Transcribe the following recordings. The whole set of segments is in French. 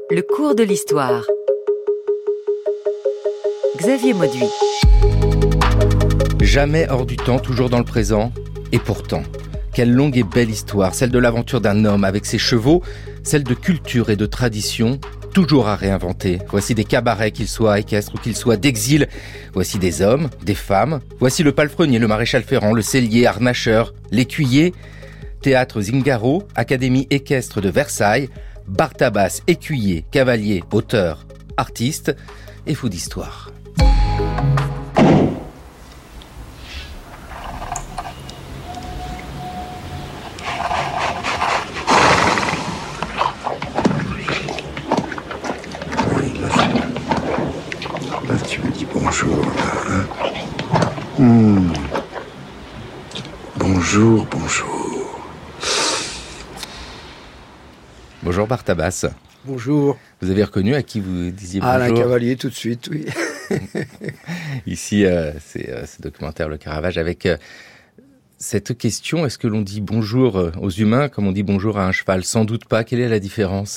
Le cours de l'histoire. Xavier Mauduit. Jamais hors du temps, toujours dans le présent. Et pourtant, quelle longue et belle histoire, celle de l'aventure d'un homme avec ses chevaux, celle de culture et de tradition, toujours à réinventer. Voici des cabarets, qu'ils soient équestres ou qu'ils soient d'exil. Voici des hommes, des femmes. Voici le palefrenier, le maréchal Ferrand, le sellier, harnacheur, l'écuyer. Théâtre Zingaro, Académie équestre de Versailles, Bartabas, écuyer, cavalier, auteur, artiste et fou d'histoire. Là, tu me dis bonjour, là, hein? Bonjour. Bonjour Bartabas. Bonjour. Vous avez reconnu à qui vous disiez bonjour? Alain Cavalier, tout de suite, oui. Ici, c'est ce documentaire Le Caravage avec cette question, est-ce que l'on dit bonjour aux humains comme on dit bonjour à un cheval? Sans doute pas. Quelle est la différence?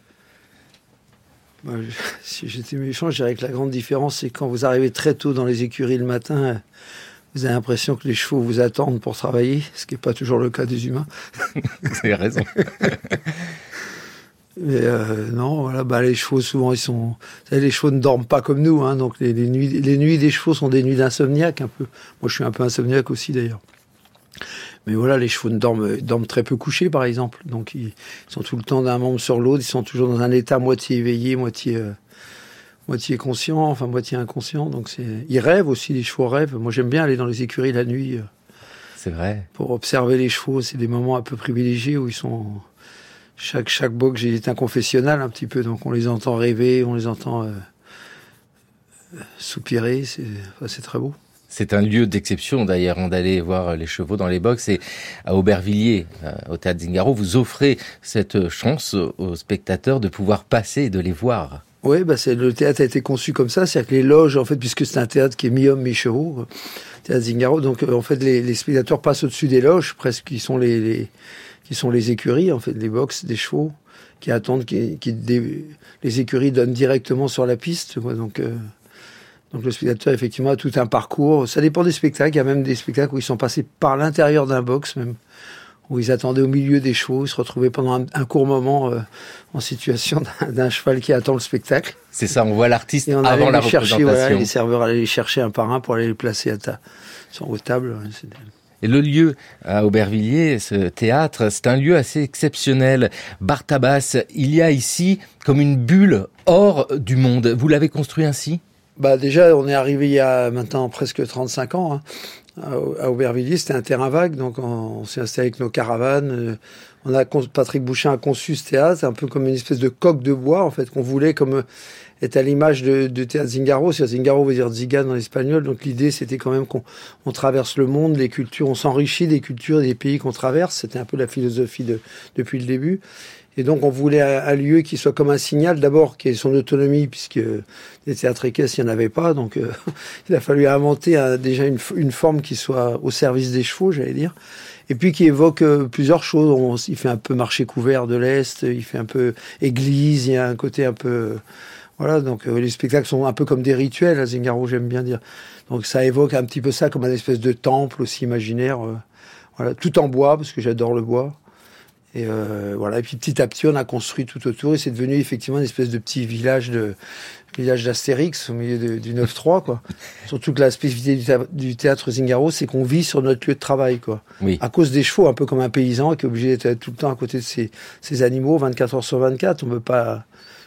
Si j'étais méchant, je dirais que la grande différence, c'est quand vous arrivez très tôt dans les écuries le matin, vous avez l'impression que les chevaux vous attendent pour travailler, ce qui n'est pas toujours le cas des humains. Vous avez raison. Mais non, voilà, les chevaux, souvent, vous savez, les chevaux ne dorment pas comme nous, hein, donc les nuits des chevaux sont des nuits d'insomniaque, un peu. Moi, je suis un peu insomniaque aussi, d'ailleurs. Mais voilà, les chevaux dorment très peu couchés, par exemple. Donc, ils sont tout le temps d'un membre sur l'autre. Ils sont toujours dans un état moitié éveillé, moitié conscient, enfin, moitié inconscient. Donc, ils rêvent aussi, les chevaux rêvent. Moi, j'aime bien aller dans les écuries la nuit. C'est vrai. Pour observer les chevaux. C'est des moments un peu privilégiés où ils sont... Chaque box est un confessionnal, un petit peu. Donc, on les entend rêver, on les entend soupirer. C'est très beau. C'est un lieu d'exception d'ailleurs, d'aller voir les chevaux dans les box. Et à Aubervilliers, au Théâtre Zingaro, vous offrez cette chance aux spectateurs de pouvoir passer et de les voir. Oui, le théâtre a été conçu comme ça, c'est-à-dire que les loges, en fait, puisque c'est un théâtre qui est mi-homme, mi-chevaux, Théâtre Zingaro, donc en fait les spectateurs passent au-dessus des loges, presque, qui sont les écuries, en fait, les box des chevaux, qui attendent, les écuries donnent directement sur la piste, quoi, donc le spectateur, effectivement, a tout un parcours. Ça dépend des spectacles. Il y a même des spectacles où ils sont passés par l'intérieur d'un box, même, où ils attendaient au milieu des chevaux. Ils se retrouvaient pendant un court moment en situation d'un cheval qui attend le spectacle. C'est ça, on voit l'artiste et on avant la représentation. représentation. Les serveurs allaient les chercher un par un pour aller les placer aux tables. Et le lieu à Aubervilliers, ce théâtre, c'est un lieu assez exceptionnel. Bartabas, il y a ici comme une bulle hors du monde. Vous l'avez construit ainsi ? Déjà, on est arrivé il y a maintenant presque 35 ans, hein, à Aubervilliers. C'était un terrain vague, donc on s'est installé avec nos caravanes. Patrick Bouchin a conçu ce théâtre, un peu comme une espèce de coque de bois, en fait, qu'on voulait comme être à l'image de Théâtre Zingaro. Zingaro veut dire Zigan en espagnol, donc l'idée, c'était quand même qu'on traverse le monde, les cultures, on s'enrichit des cultures et des pays qu'on traverse. C'était un peu la philosophie depuis le début. Et donc, on voulait un lieu qui soit comme un signal, d'abord, qui ait son autonomie, puisque des théâtres équestres, il n'y en avait pas. Donc, il a fallu inventer déjà une forme qui soit au service des chevaux, j'allais dire. Et puis, qui évoque plusieurs choses. Il fait un peu marché couvert de l'Est, il fait un peu église, il y a un côté un peu... Voilà, donc les spectacles sont un peu comme des rituels, à Zingaro, j'aime bien dire. Donc, ça évoque un petit peu ça, comme un espèce de temple aussi imaginaire. Voilà, tout en bois, parce que j'adore le bois. Et voilà. Et puis petit à petit, on a construit tout autour et c'est devenu effectivement une espèce de petit village d'Astérix au milieu du 9-3, quoi. Surtout que la spécificité du théâtre Zingaro, c'est qu'on vit sur notre lieu de travail, quoi. Oui. À cause des chevaux, un peu comme un paysan qui est obligé d'être tout le temps à côté de ses animaux, 24 heures sur 24. On peut pas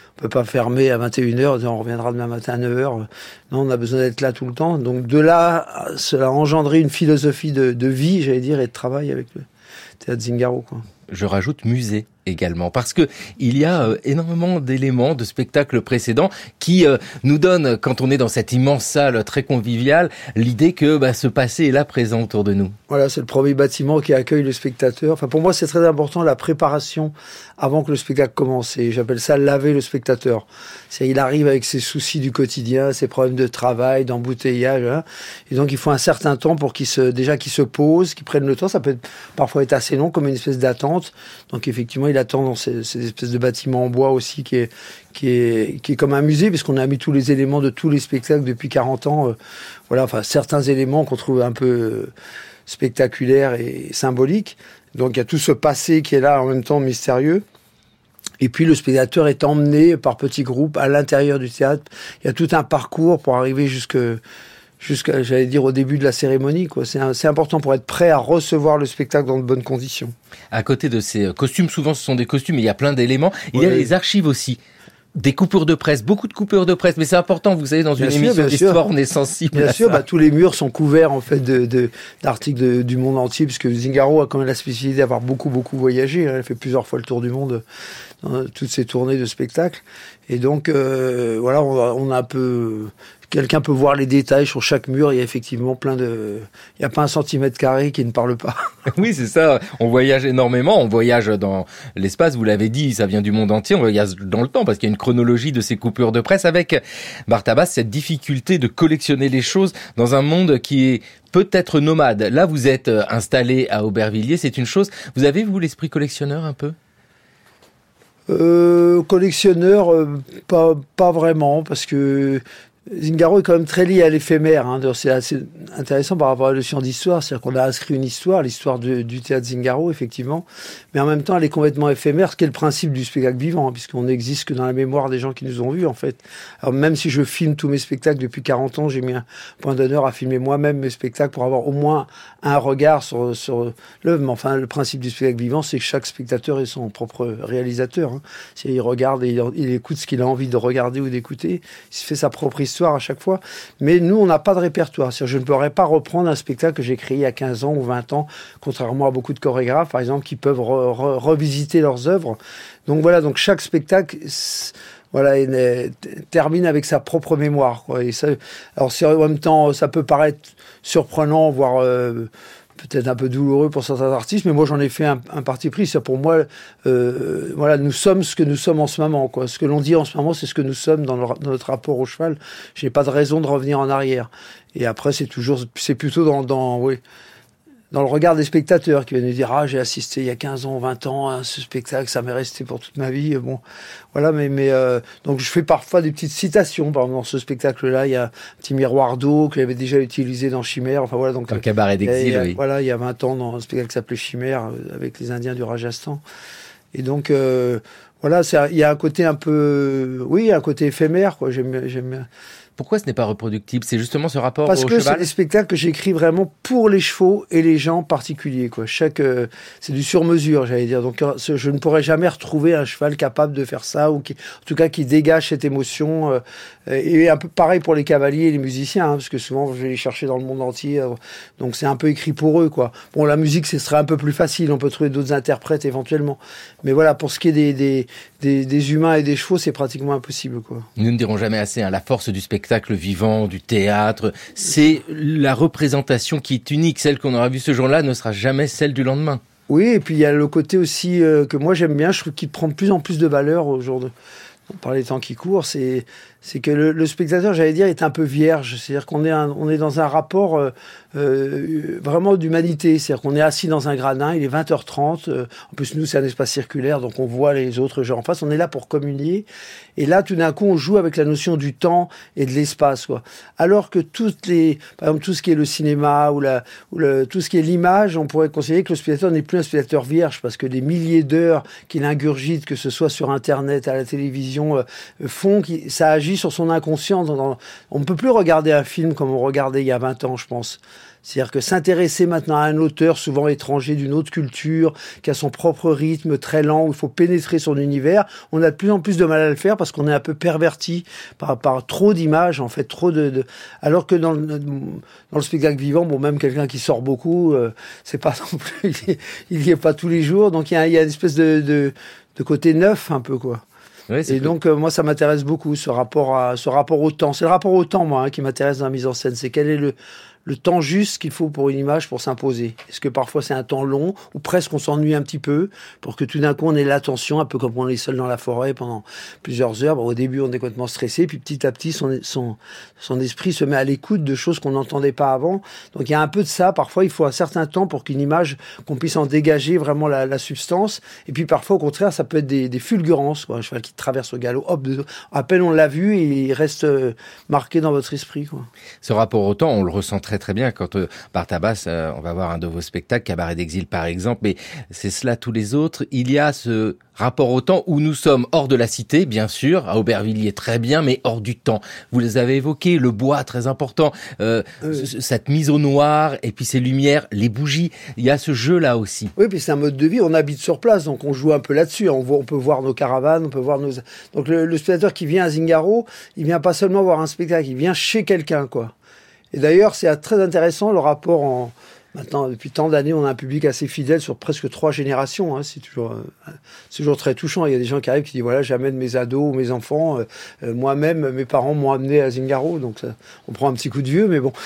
fermer à 21h, on reviendra demain matin à 9h. Non, on a besoin d'être là tout le temps. Donc de là, cela a engendré une philosophie de vie, j'allais dire, et de travail avec le théâtre Zingaro, quoi. Je rajoute musée également, parce que il y a énormément d'éléments de spectacles précédents qui nous donnent, quand on est dans cette immense salle très conviviale, l'idée que ce passé est là présent autour de nous. Voilà, c'est le premier bâtiment qui accueille le spectateur. Enfin, pour moi, c'est très important, la préparation avant que le spectacle commence. Et j'appelle ça laver le spectateur. Il arrive avec ses soucis du quotidien, ses problèmes de travail, d'embouteillage, hein. Et donc, il faut un certain temps pour qu'il se pose, qu'il prenne le temps. Ça peut parfois être assez long, comme une espèce d'attente. Donc, effectivement, il attend dans ces espèces de bâtiments en bois aussi qui est comme un musée, parce qu'on a mis tous les éléments de tous les spectacles depuis 40 ans. Voilà, enfin, certains éléments qu'on trouve un peu spectaculaires et symboliques. Donc, il y a tout ce passé qui est là, en même temps mystérieux. Et puis, le spectateur est emmené par petits groupes à l'intérieur du théâtre. Il y a tout un parcours pour arriver jusqu'à, j'allais dire, au début de la cérémonie, quoi. C'est important pour être prêt à recevoir le spectacle dans de bonnes conditions. À côté de ces costumes, souvent ce sont des costumes, mais il y a plein d'éléments. Il y a les archives aussi. Des coupures de presse, beaucoup de coupures de presse, mais c'est important, vous savez, dans une émission d'histoire, on est sensible à ça. Bien sûr, tous les murs sont couverts en fait d'articles du monde entier, puisque Zingaro a quand même la spécialité d'avoir beaucoup voyagé. Elle a fait plusieurs fois le tour du monde dans toutes ses tournées de spectacles. Et donc, voilà, on a un peu... Quelqu'un peut voir les détails sur chaque mur. Il y a effectivement il n'y a pas 1 centimètre carré qui ne parle pas. Oui, c'est ça. On voyage énormément. On voyage dans l'espace. Vous l'avez dit, ça vient du monde entier. On voyage dans le temps parce qu'il y a une chronologie de ces coupures de presse avec, Barthabas, cette difficulté de collectionner les choses dans un monde qui est peut-être nomade. Là, vous êtes installé à Aubervilliers. C'est une chose. Vous avez, vous, l'esprit collectionneur un peu? Collectionneur, pas vraiment, parce que Zingaro est quand même très lié à l'éphémère. C'est assez intéressant par rapport à la notion d'histoire. C'est-à-dire qu'on a inscrit une histoire, l'histoire du théâtre Zingaro, effectivement. Mais en même temps, elle est complètement éphémère, ce qui est le principe du spectacle vivant, puisqu'on n'existe que dans la mémoire des gens qui nous ont vus, en fait. Alors, même si je filme tous mes spectacles depuis 40 ans, j'ai mis un point d'honneur à filmer moi-même mes spectacles pour avoir au moins un regard sur l'œuvre. Mais enfin, le principe du spectacle vivant, c'est que chaque spectateur est son propre réalisateur. Il regarde et il écoute ce qu'il a envie de regarder ou d'écouter. Il se fait sa propre histoire à chaque fois, mais nous on n'a pas de répertoire. C'est-à-dire, je ne pourrais pas reprendre un spectacle que j'ai créé il y a 15 ans ou 20 ans, contrairement à beaucoup de chorégraphes par exemple qui peuvent revisiter leurs œuvres. Donc voilà, donc chaque spectacle termine avec sa propre mémoire, quoi. Et ça, alors en même temps ça peut paraître surprenant, voire peut-être un peu douloureux pour certains artistes, mais moi j'en ai fait un parti pris. C'est pour moi, nous sommes ce que nous sommes en ce moment, quoi. Ce que l'on dit en ce moment, c'est ce que nous sommes dans notre rapport au cheval. J'ai pas de raison de revenir en arrière. Et après, c'est plutôt dans le regard des spectateurs qui viennent nous dire j'ai assisté il y a 15 ans, 20 ans à ce spectacle, ça m'est resté pour toute ma vie. Bon, voilà, donc je fais parfois des petites citations. Par exemple, dans ce spectacle-là, il y a un petit miroir d'eau que j'avais déjà utilisé dans Chimère. Enfin voilà, donc un cabaret d'exil, oui. Voilà, il y a 20 ans dans un spectacle qui s'appelait Chimère avec les Indiens du Rajasthan. Et donc voilà, il y a un côté un côté éphémère, quoi. J'aime. Pourquoi ce n'est pas reproductible? C'est justement ce rapport au cheval? Parce que c'est des spectacles que j'écris vraiment pour les chevaux et les gens particuliers, quoi. C'est du sur-mesure, j'allais dire. Donc, je ne pourrais jamais retrouver un cheval capable de faire ça, ou en tout cas, qui dégage cette émotion. Et un peu pareil pour les cavaliers et les musiciens, parce que souvent, je vais les chercher dans le monde entier. Donc, c'est un peu écrit pour eux, quoi. Bon, la musique, ce serait un peu plus facile. On peut trouver d'autres interprètes, éventuellement. Mais voilà, pour ce qui est des humains et des chevaux, c'est pratiquement impossible, quoi. Nous ne dirons jamais assez, la force du spectacle vivant, du théâtre, c'est la représentation qui est unique. Celle qu'on aura vue ce jour-là ne sera jamais celle du lendemain. Oui, et puis il y a le côté aussi que moi j'aime bien, je trouve qu'il prend de plus en plus de valeur par les temps qui courent, c'est que le spectateur, j'allais dire, est un peu vierge. C'est-à-dire qu'on est dans un rapport vraiment d'humanité. C'est-à-dire qu'on est assis dans un gradin, il est 20h30. En plus, nous, c'est un espace circulaire, donc on voit les autres gens en face. On est là pour communier. Et là, tout d'un coup, on joue avec la notion du temps et de l'espace, quoi. Alors que par exemple, tout ce qui est le cinéma ou tout ce qui est l'image, on pourrait considérer que le spectateur n'est plus un spectateur vierge, parce que les milliers d'heures qu'il ingurgite, que ce soit sur Internet, à la télévision, font que ça agit sur son inconscient. On ne peut plus regarder un film comme on regardait il y a 20 ans, je pense. C'est-à-dire que s'intéresser maintenant à un auteur souvent étranger d'une autre culture, qui a son propre rythme très lent, où il faut pénétrer son univers, on a de plus en plus de mal à le faire parce qu'on est un peu perverti par trop d'images, en fait, alors que dans le spectacle vivant, même quelqu'un qui sort beaucoup, c'est pas non plus, il y est pas tous les jours, donc il y a une espèce de côté neuf un peu, quoi. Oui, et donc, moi, ça m'intéresse beaucoup, ce rapport au temps. C'est le rapport au temps, moi, qui m'intéresse dans la mise en scène. C'est quel est le temps juste qu'il faut pour une image pour s'imposer. Est-ce que parfois c'est un temps long ou presque on s'ennuie un petit peu pour que tout d'un coup on ait l'attention, un peu comme on est seul dans la forêt pendant plusieurs heures. Bon, au début on est complètement stressé, puis petit à petit son esprit se met à l'écoute de choses qu'on n'entendait pas avant. Donc il y a un peu de ça. Parfois il faut un certain temps pour qu'une image, qu'on puisse en dégager vraiment la substance. Et puis parfois au contraire ça peut être des fulgurances, quoi. Un cheval qui traverse au galop, hop, à peine on l'a vu et il reste marqué dans votre esprit, quoi. Ce rapport au temps, on le ressent très très bien quand Bartabas, on va voir un de vos spectacles, Cabaret d'Exil par exemple, mais c'est cela tous les autres. Il y a ce rapport au temps où nous sommes hors de la cité, bien sûr, à Aubervilliers très bien, mais hors du temps. Vous les avez évoqués, le bois très important, cette mise au noir, et puis ces lumières, les bougies. Il y a ce jeu-là aussi. Oui, puis c'est un mode de vie, on habite sur place, donc on joue un peu là-dessus. On peut voir nos caravanes, on peut voir nos... Donc le spectateur qui vient à Zingaro, il vient pas seulement voir un spectacle, il vient chez quelqu'un, quoi. Et d'ailleurs, c'est très intéressant le rapport Maintenant, depuis tant d'années, on a un public assez fidèle sur presque 3 générations. Hein. C'est toujours très touchant. Il y a des gens qui arrivent qui disent voilà, j'amène mes ados ou mes enfants. Moi-même, mes parents m'ont amené à Zingaro, donc ça, on prend un petit coup de vieux, mais bon,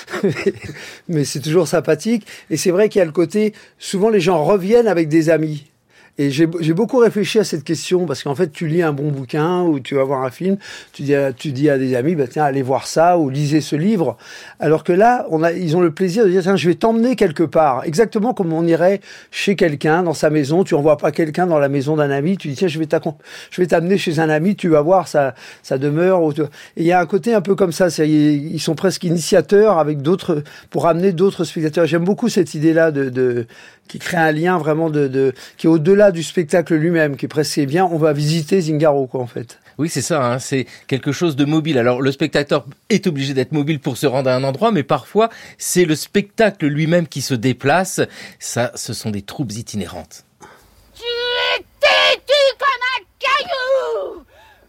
mais c'est toujours sympathique. Et c'est vrai qu'il y a le côté. Souvent, les gens reviennent avec des amis. Et j'ai beaucoup réfléchi à cette question parce qu'en fait, tu lis un bon bouquin ou tu vas voir un film, tu dis à des amis, bah tiens, allez voir ça ou lisez ce livre. Alors que là, ils ont le plaisir de dire tiens, je vais t'emmener quelque part, exactement comme on irait chez quelqu'un dans sa maison. Tu envoies pas quelqu'un dans la maison d'un ami, tu dis tiens, je vais t'amener chez un ami, tu vas voir sa demeure. Et il y a un côté un peu comme ça, ils sont presque initiateurs avec d'autres pour amener d'autres spectateurs. J'aime beaucoup cette idée-là qui crée un lien vraiment qui est au-delà du spectacle lui-même, qui est presque bien. On va visiter Zingaro, quoi, en fait. Oui, c'est ça, hein, c'est quelque chose de mobile. Alors, le spectateur est obligé d'être mobile pour se rendre à un endroit, mais parfois, c'est le spectacle lui-même qui se déplace. Ça, ce sont des troupes itinérantes. Tu es têtu comme un caillou!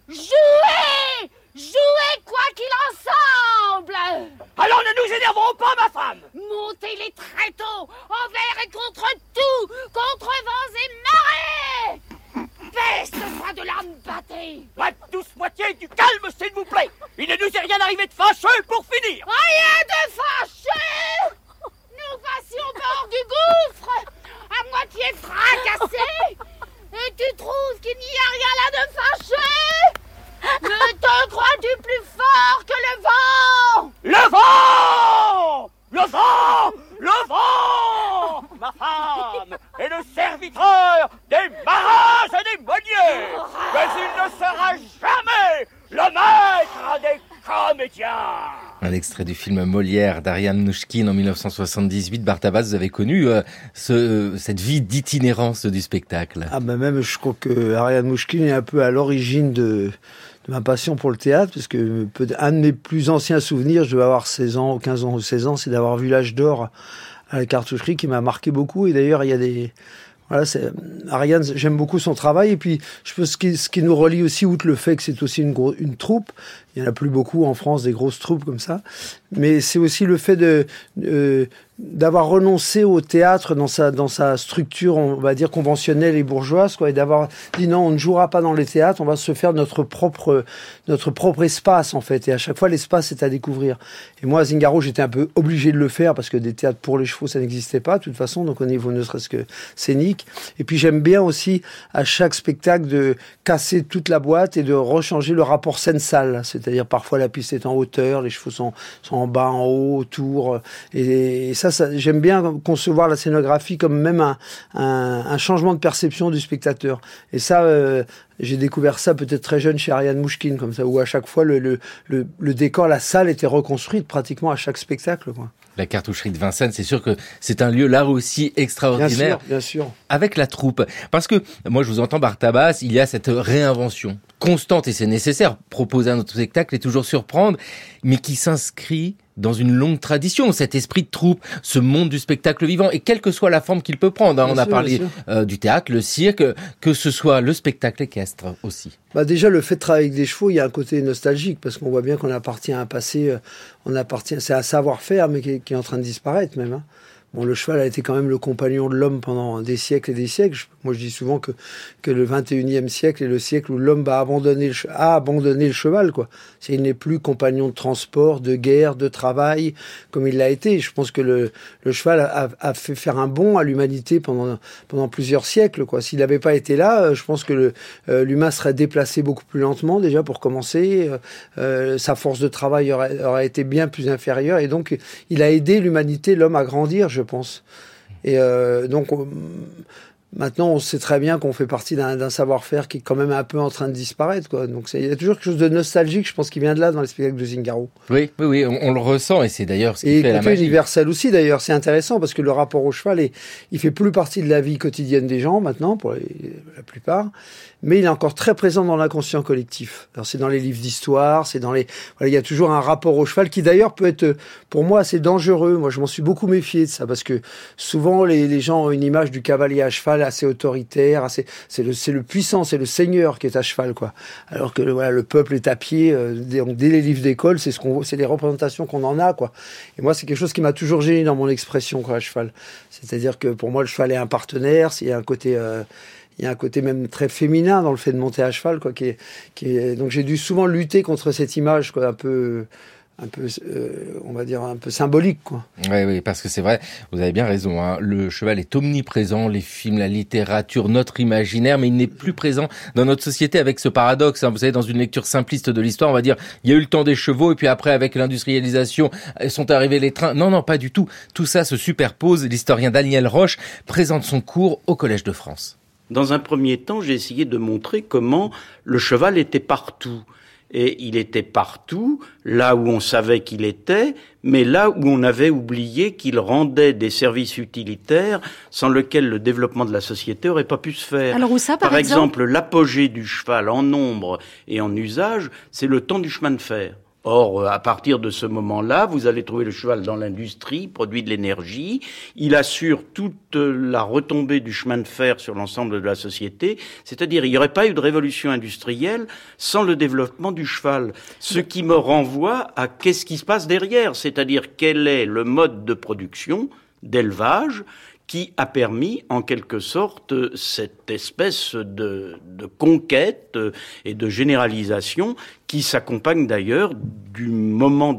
Jouez quoi qu'il ensemble! Alors ne nous énervons pas, ma femme! Montez les tréteaux, envers et contre tout, contre vents et marées! Peste soit de l'âme battée! La douce moitié du calme, s'il vous plaît! Il ne nous est rien arrivé de fâcheux pour finir! Rien de fâcheux! Nous voici au bord du gouffre, à moitié fracassés, et tu trouves qu'il n'y a rien là de fâcheux? Ne te crois-tu plus fort que le vent? Le vent! Le vent! Le vent! Ma femme est le serviteur des marins et des meuniers! Mais il ne sera jamais le maître des comédiens! Un extrait du film Molière d'Ariane Mnouchkine en 1978. Bartabas, vous avez connu cette vie d'itinérance du spectacle. Ah ben même, je crois que Ariane Mnouchkine est un peu à l'origine de ma passion pour le théâtre, parce que un de mes plus anciens souvenirs, je devais avoir 16 ans, 15 ans ou 16 ans, c'est d'avoir vu L'Âge d'Or à la Cartoucherie, qui m'a marqué beaucoup. Et d'ailleurs, il y a Ariane, j'aime beaucoup son travail. Et puis, je pense ce qui nous relie aussi, outre le fait que c'est aussi une troupe, il y en a plus beaucoup en France, des grosses troupes comme ça, mais c'est aussi le fait d'avoir renoncé au théâtre dans sa structure, on va dire, conventionnelle et bourgeoise, quoi, et d'avoir dit non, on ne jouera pas dans les théâtres, on va se faire notre propre espace, en fait. Et à chaque fois, l'espace est à découvrir. Et moi, à Zingaro, j'étais un peu obligé de le faire parce que des théâtres pour les chevaux, ça n'existait pas, de toute façon, donc au niveau ne serait-ce que scénique. Et puis, j'aime bien aussi, à chaque spectacle, de casser toute la boîte et de rechanger le rapport scène-salle. C'est-à-dire, parfois, la piste est en hauteur, les chevaux sont en bas, en haut, autour. Et ça, j'aime bien concevoir la scénographie comme même un changement de perception du spectateur. Et ça, j'ai découvert ça peut-être très jeune chez Ariane Mnouchkine, comme ça, où à chaque fois le décor, la salle était reconstruite pratiquement à chaque spectacle, quoi. La Cartoucherie de Vincennes, c'est sûr que c'est un lieu là aussi extraordinaire. Bien sûr. Avec la troupe. Parce que, moi je vous entends Bartabas, il y a cette réinvention constante, et c'est nécessaire, proposer un autre spectacle et toujours surprendre, mais qui s'inscrit dans une longue tradition, cet esprit de troupe, ce monde du spectacle vivant, et quelle que soit la forme qu'il peut prendre. On a parlé du théâtre, le cirque, que ce soit le spectacle équestre aussi. Bah déjà, le fait de travailler avec des chevaux, il y a un côté nostalgique, parce qu'on voit bien qu'on appartient à un passé, c'est un savoir-faire, mais qui est en train de disparaître même, hein. Bon, le cheval a été quand même le compagnon de l'homme pendant des siècles et des siècles. Moi, je dis souvent que le 21e siècle est le siècle où l'homme a abandonné le cheval, quoi. Il n'est plus compagnon de transport, de guerre, de travail, comme il l'a été. Je pense que le cheval a fait faire un bond à l'humanité pendant plusieurs siècles, quoi. S'il n'avait pas été là, je pense que l'humain serait déplacé beaucoup plus lentement, déjà, pour commencer. Sa force de travail aurait été bien plus inférieure. Et donc, il a aidé l'humanité, l'homme, à grandir, je pense. Et donc, maintenant, on sait très bien qu'on fait partie d'un savoir-faire qui est quand même un peu en train de disparaître, quoi. Donc, il y a toujours quelque chose de nostalgique, je pense, qui vient de là, dans les spectacles de Zingaro. Oui, on le ressent, et c'est d'ailleurs ce qui fait la magie. Et universel aussi, d'ailleurs. C'est intéressant, parce que le rapport au cheval, il fait plus partie de la vie quotidienne des gens, maintenant, pour la plupart. Mais il est encore très présent dans l'inconscient collectif. Alors, c'est dans les livres d'histoire, voilà, il y a toujours un rapport au cheval qui, d'ailleurs, peut être, pour moi, assez dangereux. Moi, je m'en suis beaucoup méfié de ça, parce que souvent, les gens ont une image du cavalier à cheval assez autoritaire, c'est le puissant, c'est le seigneur qui est à cheval, quoi. Alors que, voilà, le peuple est à pied, dès les livres d'école, c'est les représentations qu'on en a, quoi. Et moi, c'est quelque chose qui m'a toujours gêné dans mon expression, quoi, à cheval. C'est-à-dire que, pour moi, le cheval est un partenaire, il y a un côté même très féminin dans le fait de monter à cheval, quoi, donc j'ai dû souvent lutter contre cette image, quoi, un peu, on va dire, un peu symbolique, quoi. Oui, parce que c'est vrai, vous avez bien raison, hein. Le cheval est omniprésent, les films, la littérature, notre imaginaire, mais il n'est plus présent dans notre société avec ce paradoxe, hein. Vous savez, dans une lecture simpliste de l'histoire, on va dire, il y a eu le temps des chevaux, et puis après, avec l'industrialisation, sont arrivés les trains. Non, pas du tout. Tout ça se superpose. L'historien Daniel Roche présente son cours au Collège de France. Dans un premier temps, j'ai essayé de montrer comment le cheval était partout. Et il était partout, là où on savait qu'il était, mais là où on avait oublié qu'il rendait des services utilitaires sans lesquels le développement de la société aurait pas pu se faire. Alors où ça, par exemple, l'apogée du cheval en nombre et en usage, c'est le temps du chemin de fer. Or, à partir de ce moment-là, vous allez trouver le cheval dans l'industrie, produit de l'énergie. Il assure toute la retombée du chemin de fer sur l'ensemble de la société. C'est-à-dire, il n'y aurait pas eu de révolution industrielle sans le développement du cheval. Ce qui me renvoie à qu'est-ce qui se passe derrière. C'est-à-dire, quel est le mode de production, d'élevage, qui a permis, en quelque sorte, cette espèce de conquête et de généralisation qui s'accompagne d'ailleurs du moment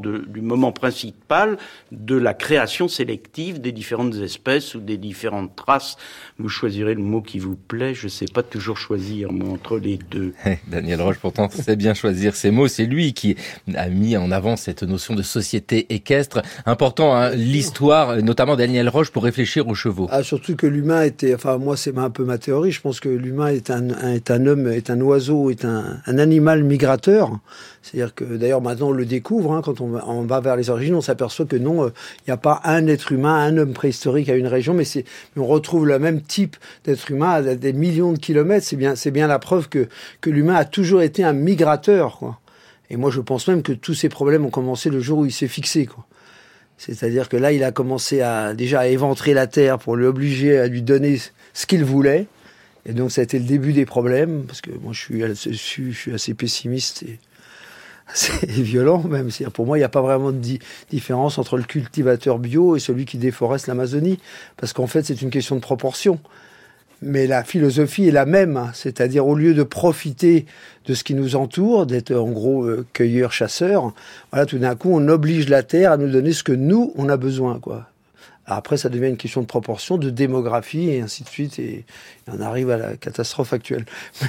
principal de la création sélective des différentes espèces ou des différentes races. Vous choisirez le mot qui vous plaît, je ne sais pas toujours choisir entre les deux. Daniel Roche, pourtant, sait bien choisir ses mots. C'est lui qui a mis en avant cette notion de société équestre. Important, hein, l'histoire, notamment Daniel Roche, pour réfléchir aux chevaux. Ah, surtout que l'humain était, enfin, moi, c'est un peu ma théorie. Je pense que l'humain est un homme, est un oiseau, est un animal migrateur. C'est-à-dire que, d'ailleurs, maintenant, on le découvre, hein, quand on va vers les origines, on s'aperçoit que non, il n'y a pas un être humain, un homme préhistorique à une région, mais on retrouve le même type d'être humain à des millions de kilomètres. C'est bien la preuve que l'humain a toujours été un migrateur, quoi. Et moi, je pense même que tous ces problèmes ont commencé le jour où il s'est fixé, quoi. C'est-à-dire que là, il a commencé à éventrer la terre pour l'obliger à lui donner ce qu'il voulait. Et donc, ça a été le début des problèmes, parce que moi, je suis assez pessimiste et assez violent même. C'est-à-dire, pour moi, il n'y a pas vraiment de différence entre le cultivateur bio et celui qui déforeste l'Amazonie, parce qu'en fait, c'est une question de proportion. Mais la philosophie est la même, c'est-à-dire au lieu de profiter de ce qui nous entoure, d'être en gros cueilleurs-chasseurs, voilà, tout d'un coup, on oblige la terre à nous donner ce que nous, on a besoin, quoi. Après, ça devient une question de proportion, de démographie, et ainsi de suite, et on arrive à la catastrophe actuelle.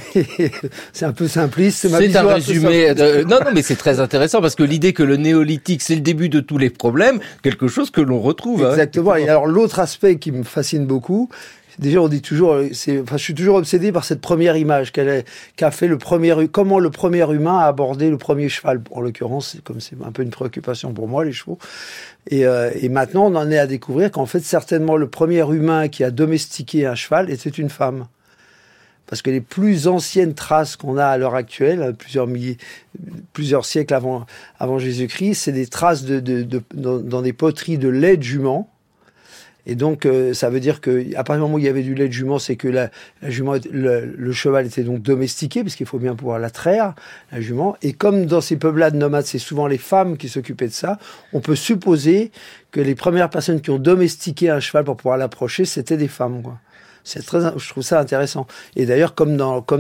C'est un peu simpliste, c'est ma vision. C'est un résumé. Non, mais c'est très intéressant, parce que l'idée que le néolithique, c'est le début de tous les problèmes, quelque chose que l'on retrouve. Exactement. Et alors, l'autre aspect qui me fascine beaucoup, déjà, on dit toujours, je suis toujours obsédé par cette première image qu'a fait comment le premier humain a abordé le premier cheval. En l'occurrence, c'est un peu une préoccupation pour moi, les chevaux. Et maintenant, on en est à découvrir qu'en fait, certainement, le premier humain qui a domestiqué un cheval était une femme. Parce que les plus anciennes traces qu'on a à l'heure actuelle, plusieurs siècles avant Jésus-Christ, c'est des traces dans des poteries de lait de jument. Et donc, ça veut dire qu'à partir du moment où il y avait du lait de jument, c'est que la jument, le cheval était donc domestiqué, parce qu'il faut bien pouvoir la traire, la jument. Et comme dans ces peuplades nomades, c'est souvent les femmes qui s'occupaient de ça, on peut supposer que les premières personnes qui ont domestiqué un cheval pour pouvoir l'approcher, c'était des femmes, quoi. Je trouve ça intéressant. Et d'ailleurs, comme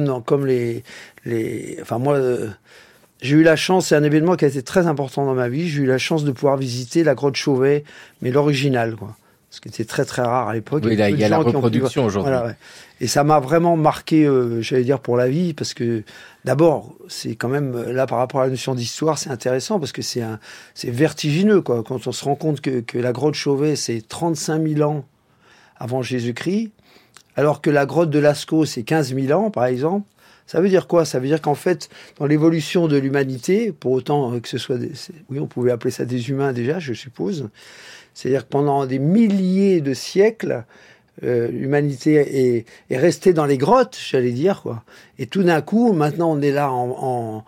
enfin moi, j'ai eu la chance, c'est un événement qui a été très important dans ma vie, j'ai eu la chance de pouvoir visiter la grotte Chauvet, mais l'original, quoi. Ce qui était très très rare à l'époque. Oui, il y a la reproduction aujourd'hui. Voilà, ouais. Et ça m'a vraiment marqué, j'allais dire, pour la vie, parce que d'abord, c'est quand même, là, par rapport à la notion d'histoire, c'est intéressant, parce que c'est vertigineux, quoi. Quand on se rend compte que la grotte Chauvet, c'est 35 000 ans avant Jésus-Christ, alors que la grotte de Lascaux, c'est 15 000 ans, par exemple. Ça veut dire quoi? Ça veut dire qu'en fait, dans l'évolution de l'humanité, pour autant que ce soit oui, on pouvait appeler ça des humains déjà, je suppose. C'est-à-dire que pendant des milliers de siècles, l'humanité est restée dans les grottes, j'allais dire, quoi. Et tout d'un coup, maintenant, on est là en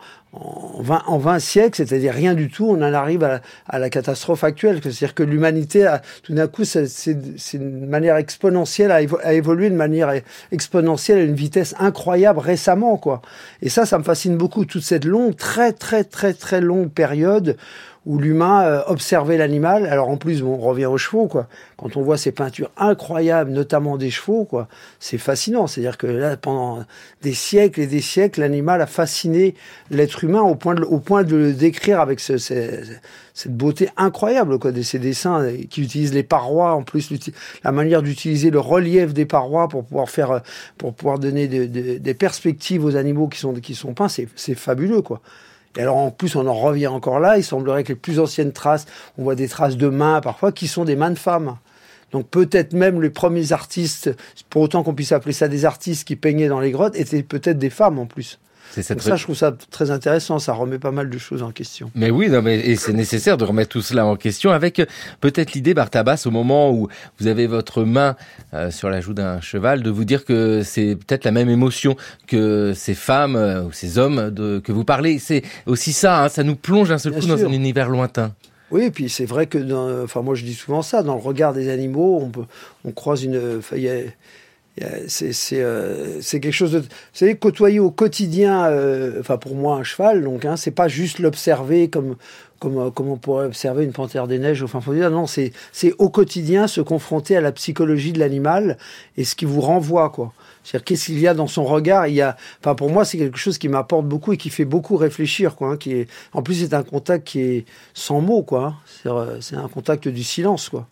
20 siècles, c'est-à-dire rien du tout, on en arrive à la catastrophe actuelle. C'est-à-dire que l'humanité, tout d'un coup, c'est une manière exponentielle, a évolué de manière exponentielle à une vitesse incroyable récemment, quoi. Et ça me fascine beaucoup, toute cette longue, très, très, très, très longue période où l'humain observait l'animal. Alors en plus, on revient aux chevaux, quoi. Quand on voit ces peintures incroyables, notamment des chevaux, quoi, c'est fascinant. C'est-à-dire que là, pendant des siècles et des siècles, l'animal a fasciné l'être humain au point de le décrire avec cette beauté incroyable, quoi, de ces dessins qui utilisent les parois, en plus la manière d'utiliser le relief des parois pour pouvoir donner des perspectives aux animaux qui sont peints, c'est fabuleux, quoi. Et alors en plus, on en revient encore là, il semblerait que les plus anciennes traces, on voit des traces de mains parfois, qui sont des mains de femmes. Donc peut-être même les premiers artistes, pour autant qu'on puisse appeler ça des artistes qui peignaient dans les grottes, étaient peut-être des femmes en plus. Donc ça, je trouve ça très intéressant, ça remet pas mal de choses en question. Mais oui, et c'est nécessaire de remettre tout cela en question avec peut-être l'idée, Bartabas, au moment où vous avez votre main sur la joue d'un cheval, de vous dire que c'est peut-être la même émotion que ces femmes ou ces hommes que vous parlez. C'est aussi ça, hein, ça nous plonge d'un seul coup dans un univers lointain. Oui, et puis c'est vrai que, moi je dis souvent ça, dans le regard des animaux, on croise c'est quelque chose de... Vous savez, côtoyer au quotidien, pour moi, un cheval, donc, c'est pas juste l'observer comme on pourrait observer une panthère des neiges au fin fond du Nord. Non, c'est au quotidien se confronter à la psychologie de l'animal et ce qui vous renvoie, quoi. C'est-à-dire, qu'est-ce qu'il y a dans son regard? Pour moi, c'est quelque chose qui m'apporte beaucoup et qui fait beaucoup réfléchir, quoi. En plus, c'est un contact qui est sans mots, quoi. C'est un contact du silence, quoi.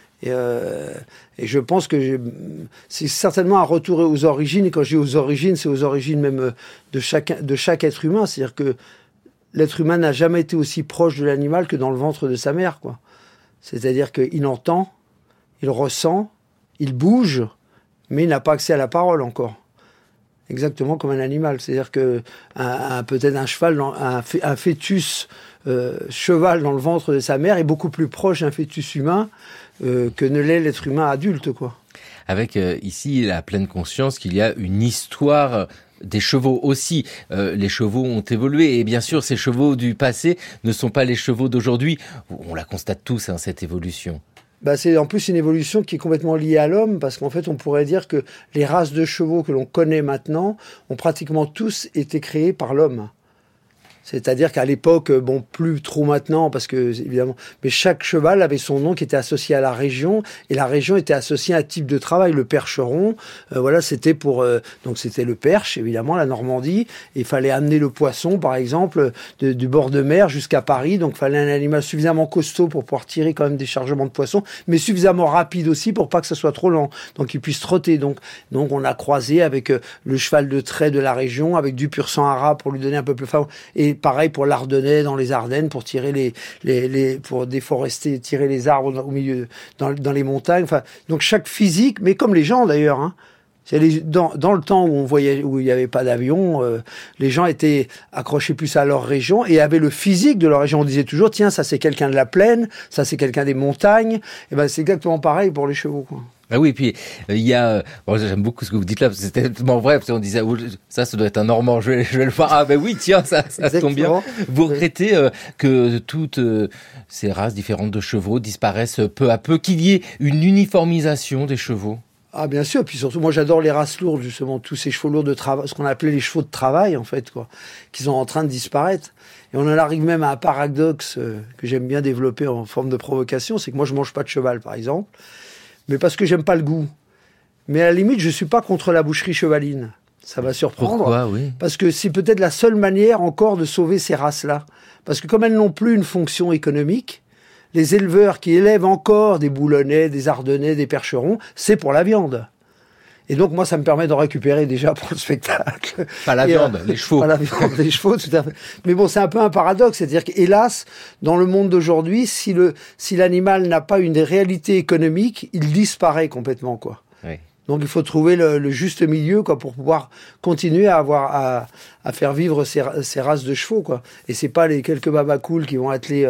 Et je pense que c'est certainement un retour aux origines. Et quand je dis aux origines, c'est aux origines même de chaque être humain. C'est-à-dire que l'être humain n'a jamais été aussi proche de l'animal que dans le ventre de sa mère, quoi. C'est-à-dire qu'il entend, il ressent, il bouge, mais il n'a pas accès à la parole encore. Exactement comme un animal. C'est-à-dire que peut-être un cheval, un fœtus cheval dans le ventre de sa mère est beaucoup plus proche d'un fœtus humain que ne l'est l'être humain adulte, quoi. Avec ici la pleine conscience qu'il y a une histoire des chevaux aussi. Les chevaux ont évolué et bien sûr ces chevaux du passé ne sont pas les chevaux d'aujourd'hui. On la constate tous, hein, cette évolution. C'est en plus une évolution qui est complètement liée à l'homme, parce qu'en fait on pourrait dire que les races de chevaux que l'on connaît maintenant ont pratiquement tous été créées par l'homme. C'est-à-dire qu'à l'époque, plus trop maintenant, parce que évidemment, mais chaque cheval avait son nom qui était associé à la région, et la région était associée à un type de travail. Le percheron, c'était donc c'était le Perche, évidemment, la Normandie. Il fallait amener le poisson, par exemple, du bord de mer jusqu'à Paris. Donc, il fallait un animal suffisamment costaud pour pouvoir tirer quand même des chargements de poissons, mais suffisamment rapide aussi pour pas que ça soit trop lent, donc il puisse trotter. Donc on a croisé avec le cheval de trait de la région, avec du pur sang arabe pour lui donner un peu plus fort. Et pareil pour l'Ardennais dans les Ardennes, pour tirer pour déforester, tirer les arbres au milieu, dans les montagnes. Enfin, donc chaque physique, mais comme les gens d'ailleurs, hein. Dans le temps où il n'y avait pas d'avion, les gens étaient accrochés plus à leur région et avaient le physique de leur région. On disait toujours, tiens, ça c'est quelqu'un de la plaine, ça c'est quelqu'un des montagnes. Et c'est exactement pareil pour les chevaux, quoi. Ah oui, puis il y a... bon, j'aime beaucoup ce que vous dites là, parce que c'est tellement vrai, parce qu'on disait, ça doit être un Normand, je vais le voir. Ah ben oui, tiens, ça tombe bien. Vous regrettez que toutes ces races différentes de chevaux disparaissent peu à peu, qu'il y ait une uniformisation des chevaux? Ah bien sûr, puis surtout moi j'adore les races lourdes justement, tous ces chevaux lourds de travail, ce qu'on appelait les chevaux de travail en fait quoi, qui sont en train de disparaître. Et on en arrive même à un paradoxe que j'aime bien développer en forme de provocation, c'est que moi je mange pas de cheval par exemple, mais parce que j'aime pas le goût. Mais à la limite je suis pas contre la boucherie chevaline. Ça va surprendre. Pourquoi, oui. Parce que c'est peut-être la seule manière encore de sauver ces races-là. Parce que comme elles n'ont plus une fonction économique, les éleveurs qui élèvent encore des boulonnais, des ardennais, des percherons, c'est pour la viande. Et donc, moi, ça me permet d'en récupérer déjà pour le spectacle. Pas la viande, les chevaux. Pas la viande, les chevaux, tout à fait. Mais bon, c'est un peu un paradoxe. C'est-à-dire qu'hélas, dans le monde d'aujourd'hui, si l'animal n'a pas une réalité économique, il disparaît complètement, quoi. Oui. Donc il faut trouver le juste milieu quoi pour pouvoir continuer à faire vivre ces races de chevaux quoi. Et c'est pas les quelques babacools qui vont atteler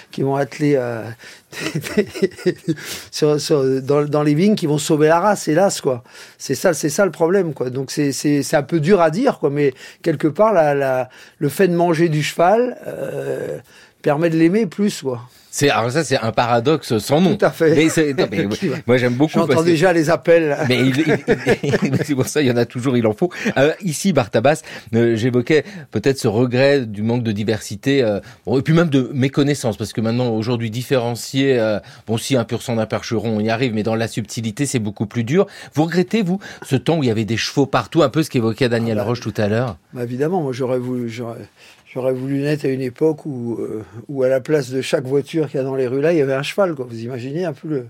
dans les vignes qui vont sauver la race, hélas quoi. C'est ça le problème quoi. Donc c'est un peu dur à dire quoi, mais quelque part le fait de manger du cheval permet de l'aimer plus quoi. Alors ça, c'est un paradoxe sans nom. Tout à fait. Mais moi, j'aime beaucoup. J'entends déjà les appels. Mais c'est pour ça, il y en a toujours, il en faut. Ici, Bartabas, j'évoquais peut-être ce regret du manque de diversité, et puis même de méconnaissance, parce que maintenant, aujourd'hui, différencier, si un pur sang d'un percheron, on y arrive, mais dans la subtilité, c'est beaucoup plus dur. Vous regrettez, vous, ce temps où il y avait des chevaux partout, un peu ce qu'évoquait Daniel Roche tout à l'heure? Évidemment, moi, j'aurais voulu naître à une époque où à la place de chaque voiture qu'il y a dans les rues là, il y avait un cheval, quoi. Vous imaginez un peu le...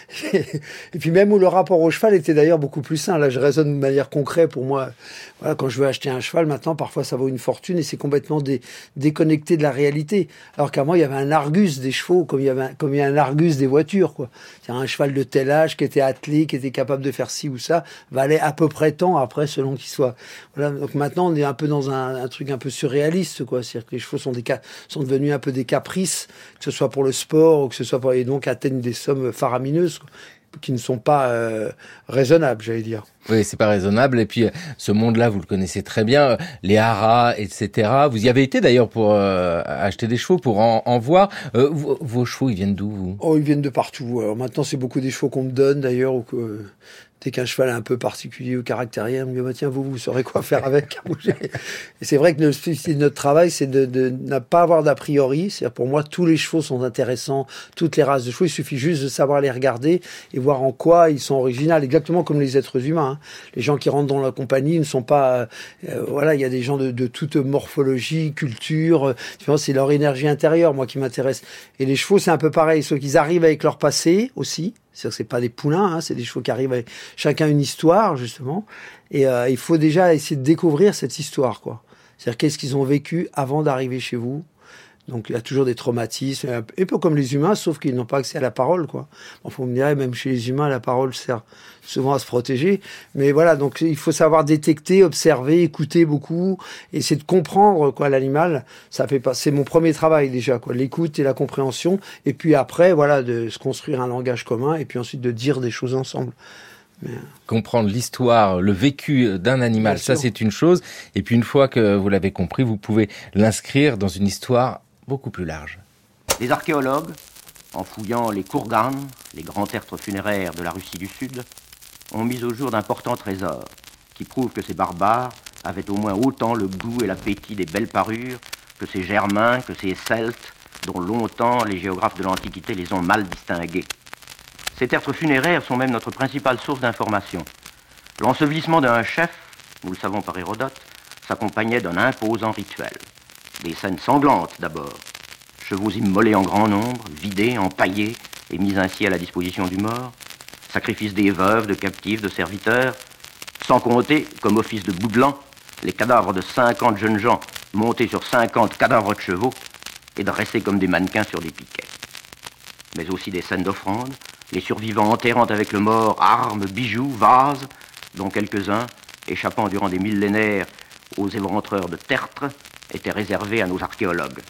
Et puis même où le rapport au cheval était d'ailleurs beaucoup plus sain. Là, je raisonne de manière concrète pour moi. Voilà, quand je veux acheter un cheval, maintenant, parfois, ça vaut une fortune et c'est complètement déconnecté de la réalité. Alors qu'avant, il y avait un Argus des chevaux, comme il y a un Argus des voitures, quoi. C'est-à-dire un cheval de tel âge qui était attelé, qui était capable de faire ci ou ça, valait à peu près tant après, selon qu'il soit. Voilà. Donc maintenant, on est un peu dans un truc un peu surréaliste, quoi. C'est-à-dire que les chevaux sont devenus un peu des caprices, que ce soit pour le sport ou que ce soit et donc atteignent des sommes faramineuses, quoi, qui ne sont pas raisonnables, j'allais dire. Oui, c'est pas raisonnable. Et puis, ce monde-là, vous le connaissez très bien, les haras, etc. Vous y avez été d'ailleurs pour acheter des chevaux, pour en voir. Vos chevaux, ils viennent d'où, vous? Oh, ils viennent de partout. Alors maintenant, c'est beaucoup des chevaux qu'on me donne d'ailleurs, ou que... Dès qu'un cheval est un peu particulier ou caractériel, on me dit bah, tiens, vous saurez quoi faire avec. Et c'est vrai que notre travail, c'est de ne pas avoir d'a priori. C'est-à-dire pour moi, tous les chevaux sont intéressants, toutes les races de chevaux. Il suffit juste de savoir les regarder et voir en quoi ils sont originaux, exactement comme les êtres humains. Hein. Les gens qui rentrent dans la compagnie ne sont pas... voilà, il y a des gens de toute morphologie, culture. C'est leur énergie intérieure, moi, qui m'intéresse. Et les chevaux, c'est un peu pareil. Sauf qu'ils arrivent avec leur passé aussi. C'est-à-dire que c'est pas des poulains, hein, c'est des chevaux qui arrivent avec chacun une histoire, justement. Et il faut déjà essayer de découvrir cette histoire, quoi. C'est-à-dire qu'est-ce qu'ils ont vécu avant d'arriver chez vous. Donc il y a toujours des traumatismes, un peu comme les humains, sauf qu'ils n'ont pas accès à la parole, quoi. Bon, vous me direz, même chez les humains, la parole sert souvent à se protéger. Mais voilà, donc il faut savoir détecter, observer, écouter beaucoup, essayer de comprendre, quoi, l'animal. Ça fait pas, c'est mon premier travail déjà, quoi, l'écoute et la compréhension. Et puis après, voilà, de se construire un langage commun, et puis ensuite de dire des choses ensemble. Mais... Comprendre l'histoire, le vécu d'un animal, ça c'est une chose. Et puis une fois que vous l'avez compris, vous pouvez l'inscrire dans une histoire beaucoup plus large. Les archéologues, en fouillant les kurganes, les grands tertres funéraires de la Russie du Sud, ont mis au jour d'importants trésors qui prouvent que ces barbares avaient au moins autant le goût et l'appétit des belles parures que ces Germains, que ces Celtes, dont longtemps les géographes de l'Antiquité les ont mal distingués. Ces tertres funéraires sont même notre principale source d'information. L'ensevelissement d'un chef, nous le savons par Hérodote, s'accompagnait d'un imposant rituel. Des scènes sanglantes d'abord. Chevaux immolés en grand nombre, vidés, empaillés et mis ainsi à la disposition du mort. Sacrifice des veuves, de captifs, de serviteurs. Sans compter, comme office de boudelan, les cadavres de 50 jeunes gens montés sur 50 cadavres de chevaux et dressés comme des mannequins sur des piquets. Mais aussi des scènes d'offrande, les survivants enterrant avec le mort armes, bijoux, vases, dont quelques-uns, échappant durant des millénaires aux éventreurs de tertres, étaient réservés à nos archéologues.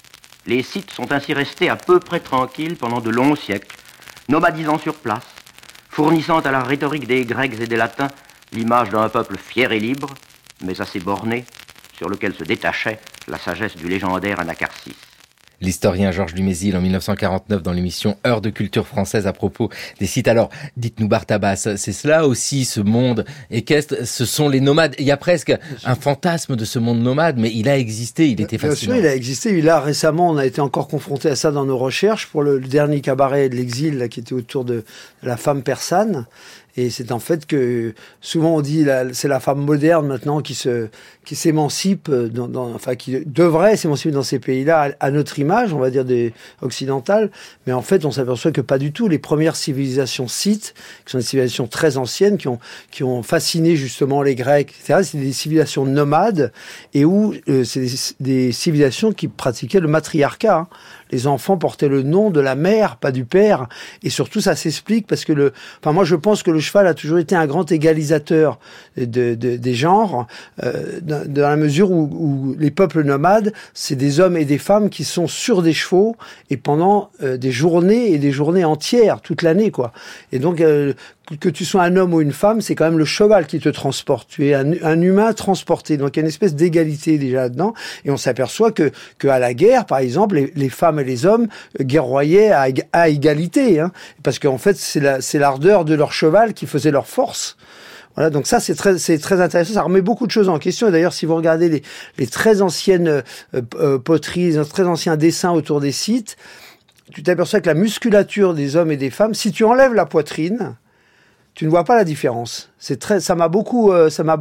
Les sites sont ainsi restés à peu près tranquilles pendant de longs siècles, nomadisant sur place, fournissant à la rhétorique des Grecs et des Latins l'image d'un peuple fier et libre, mais assez borné, sur lequel se détachait la sagesse du légendaire Anacharsis. L'historien Georges Dumézil en 1949 dans l'émission Heure de culture française à propos des sites. Alors, dites-nous Bartabas, c'est cela aussi ce monde équestre, ce sont les nomades. Il y a presque un fantasme de ce monde nomade, mais il a existé, il était fascinant. Bien sûr, il a existé. Là, récemment, on a été encore confronté à ça dans nos recherches pour le dernier cabaret de l'exil là, qui était autour de la femme persane. Et c'est en fait que souvent on dit c'est la femme moderne maintenant qui s'émancipe enfin qui devrait s'émanciper dans ces pays-là à notre image, on va dire occidentale, mais en fait on s'aperçoit que pas du tout. Les premières civilisations scythes, qui sont des civilisations très anciennes, qui ont fasciné justement les Grecs, etc. C'est des civilisations nomades et où c'est des civilisations qui pratiquaient le matriarcat. Hein. Les enfants portaient le nom de la mère, pas du père. Et surtout, ça s'explique parce que moi, je pense que le cheval a toujours été un grand égalisateur des genres, dans la mesure où les peuples nomades, c'est des hommes et des femmes qui sont sur des chevaux et pendant des journées et des journées entières, toute l'année, quoi. Et donc, que tu sois un homme ou une femme, c'est quand même le cheval qui te transporte. Tu es un humain transporté. Donc il y a une espèce d'égalité déjà là-dedans. Et on s'aperçoit que à la guerre, par exemple, les femmes et les hommes guerroyaient à égalité. Hein, parce qu'en fait, c'est l'ardeur de leur cheval qui faisait leur force. Voilà, donc ça c'est très intéressant. Ça remet beaucoup de choses en question. Et d'ailleurs, si vous regardez les très anciennes poteries, les très anciens dessins autour des sites, tu t'aperçois que la musculature des hommes et des femmes, si tu enlèves la poitrine, tu ne vois pas la différence. Ça m'a beaucoup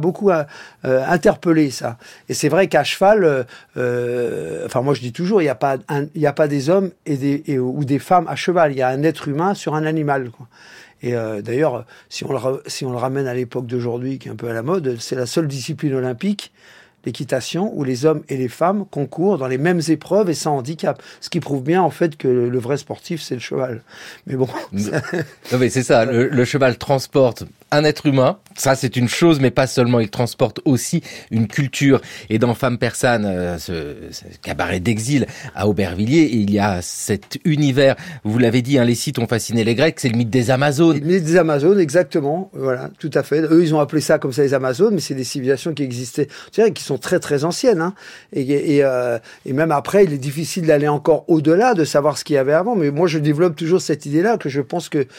interpellé ça. Et c'est vrai qu'à cheval, enfin moi je dis toujours, il y a pas des hommes ou des femmes à cheval. Il y a un être humain sur un animal, quoi. Et d'ailleurs, si on le ramène à l'époque d'aujourd'hui, qui est un peu à la mode, c'est la seule discipline olympique, l'équitation, où les hommes et les femmes concourent dans les mêmes épreuves et sans handicap. Ce qui prouve bien, en fait, que le vrai sportif, c'est le cheval. Mais bon... Non, mais c'est ça, le cheval transporte un être humain, ça c'est une chose, mais pas seulement, il transporte aussi une culture. Et dans Femme persane, ce cabaret d'exil à Aubervilliers, il y a cet univers, vous l'avez dit, hein, les sites ont fasciné les Grecs, c'est le mythe des Amazones. Le mythe des Amazones, exactement, voilà, tout à fait. Eux, ils ont appelé ça comme ça les Amazones, mais c'est des civilisations qui existaient, qui sont très très anciennes. Hein. Et même après, il est difficile d'aller encore au-delà, de savoir ce qu'il y avait avant. Mais moi, je développe toujours cette idée-là, que je pense que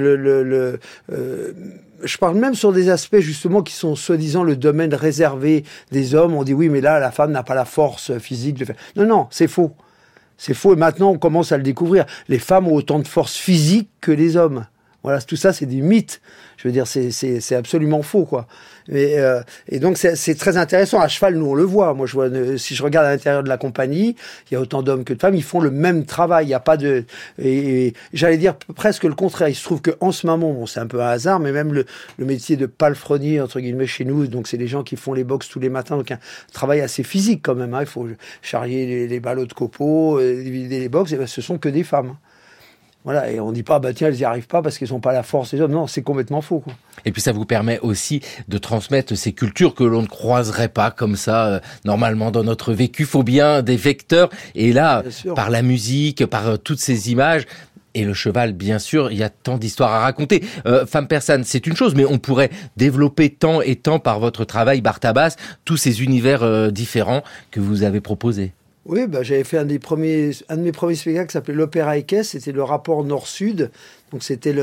je parle même sur des aspects justement qui sont soi-disant le domaine réservé des hommes. On dit oui, mais là, la femme n'a pas la force physique de faire. Non, c'est faux. C'est faux. Et maintenant, on commence à le découvrir. Les femmes ont autant de force physique que les hommes. Voilà, tout ça, c'est des mythes. Je veux dire, c'est absolument faux, quoi. Et donc, c'est très intéressant. À cheval, nous, on le voit. Moi, si je regarde à l'intérieur de la compagnie, il y a autant d'hommes que de femmes. Ils font le même travail. Il n'y a pas de... Et j'allais dire presque le contraire. Il se trouve qu'en ce moment, bon, c'est un peu un hasard, mais même le métier de palefrenier, entre guillemets, chez nous, donc c'est les gens qui font les box tous les matins. Donc, un travail assez physique, quand même. Hein. Il faut charrier les ballots de copeaux, vider les box. Et ben, ce sont que des femmes. Voilà, et on dit pas, tiens, elles y arrivent pas parce qu'elles ont pas la force des hommes. Non, c'est complètement faux, quoi. Et puis ça vous permet aussi de transmettre ces cultures que l'on ne croiserait pas comme ça, normalement dans notre vécu. Faut bien des vecteurs. Et là, par la musique, par toutes ces images, et le cheval, bien sûr, il y a tant d'histoires à raconter. Femme persane, c'est une chose, mais on pourrait développer tant et tant par votre travail, Bartabas, tous ces univers différents que vous avez proposés. Oui, j'avais fait un de mes premiers spectacles qui s'appelait l'Opéra équestre. C'était le rapport nord-sud. Donc c'était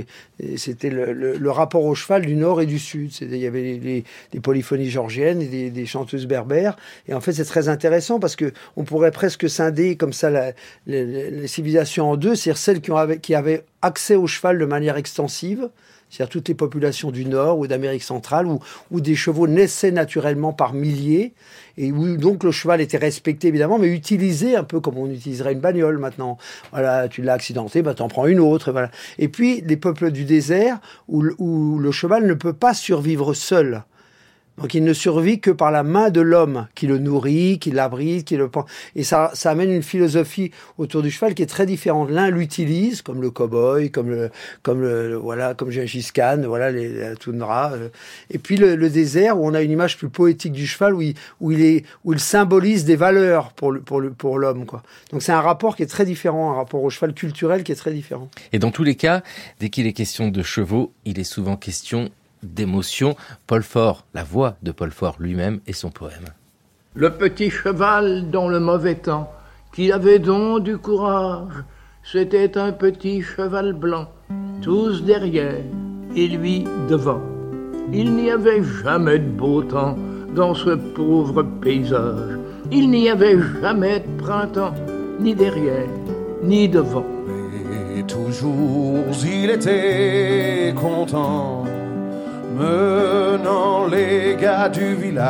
le rapport au cheval du nord et du sud. Il y avait des polyphonies georgiennes et des chanteuses berbères. Et en fait, c'est très intéressant parce que on pourrait presque scinder comme ça les civilisations en deux. C'est-à-dire celles qui avaient accès au cheval de manière extensive. C'est-à-dire toutes les populations du Nord ou d'Amérique centrale où des chevaux naissaient naturellement par milliers et où donc le cheval était respecté évidemment, mais utilisé un peu comme on utiliserait une bagnole maintenant. Voilà, tu l'as accidenté, t'en prends une autre. Voilà. Et puis les peuples du désert où le cheval ne peut pas survivre seul. Donc il ne survit que par la main de l'homme qui le nourrit, qui l'abrite, qui le... Et ça amène une philosophie autour du cheval qui est très différente. L'un l'utilise, comme le cow-boy, comme Gengis Khan, voilà, la toundra. Et puis le désert, où on a une image plus poétique du cheval, où il symbolise des valeurs pour l'homme, quoi. Donc c'est un rapport qui est très différent, un rapport au cheval culturel qui est très différent. Et dans tous les cas, dès qu'il est question de chevaux, il est souvent question d'émotion. Paul Fort, la voix de Paul Fort lui-même et son poème. Le petit cheval dans le mauvais temps, qui avait donc du courage, c'était un petit cheval blanc, tous derrière et lui devant. Il n'y avait jamais de beau temps dans ce pauvre paysage. Il n'y avait jamais de printemps, ni derrière, ni devant. Et toujours il était content, menant les gars du village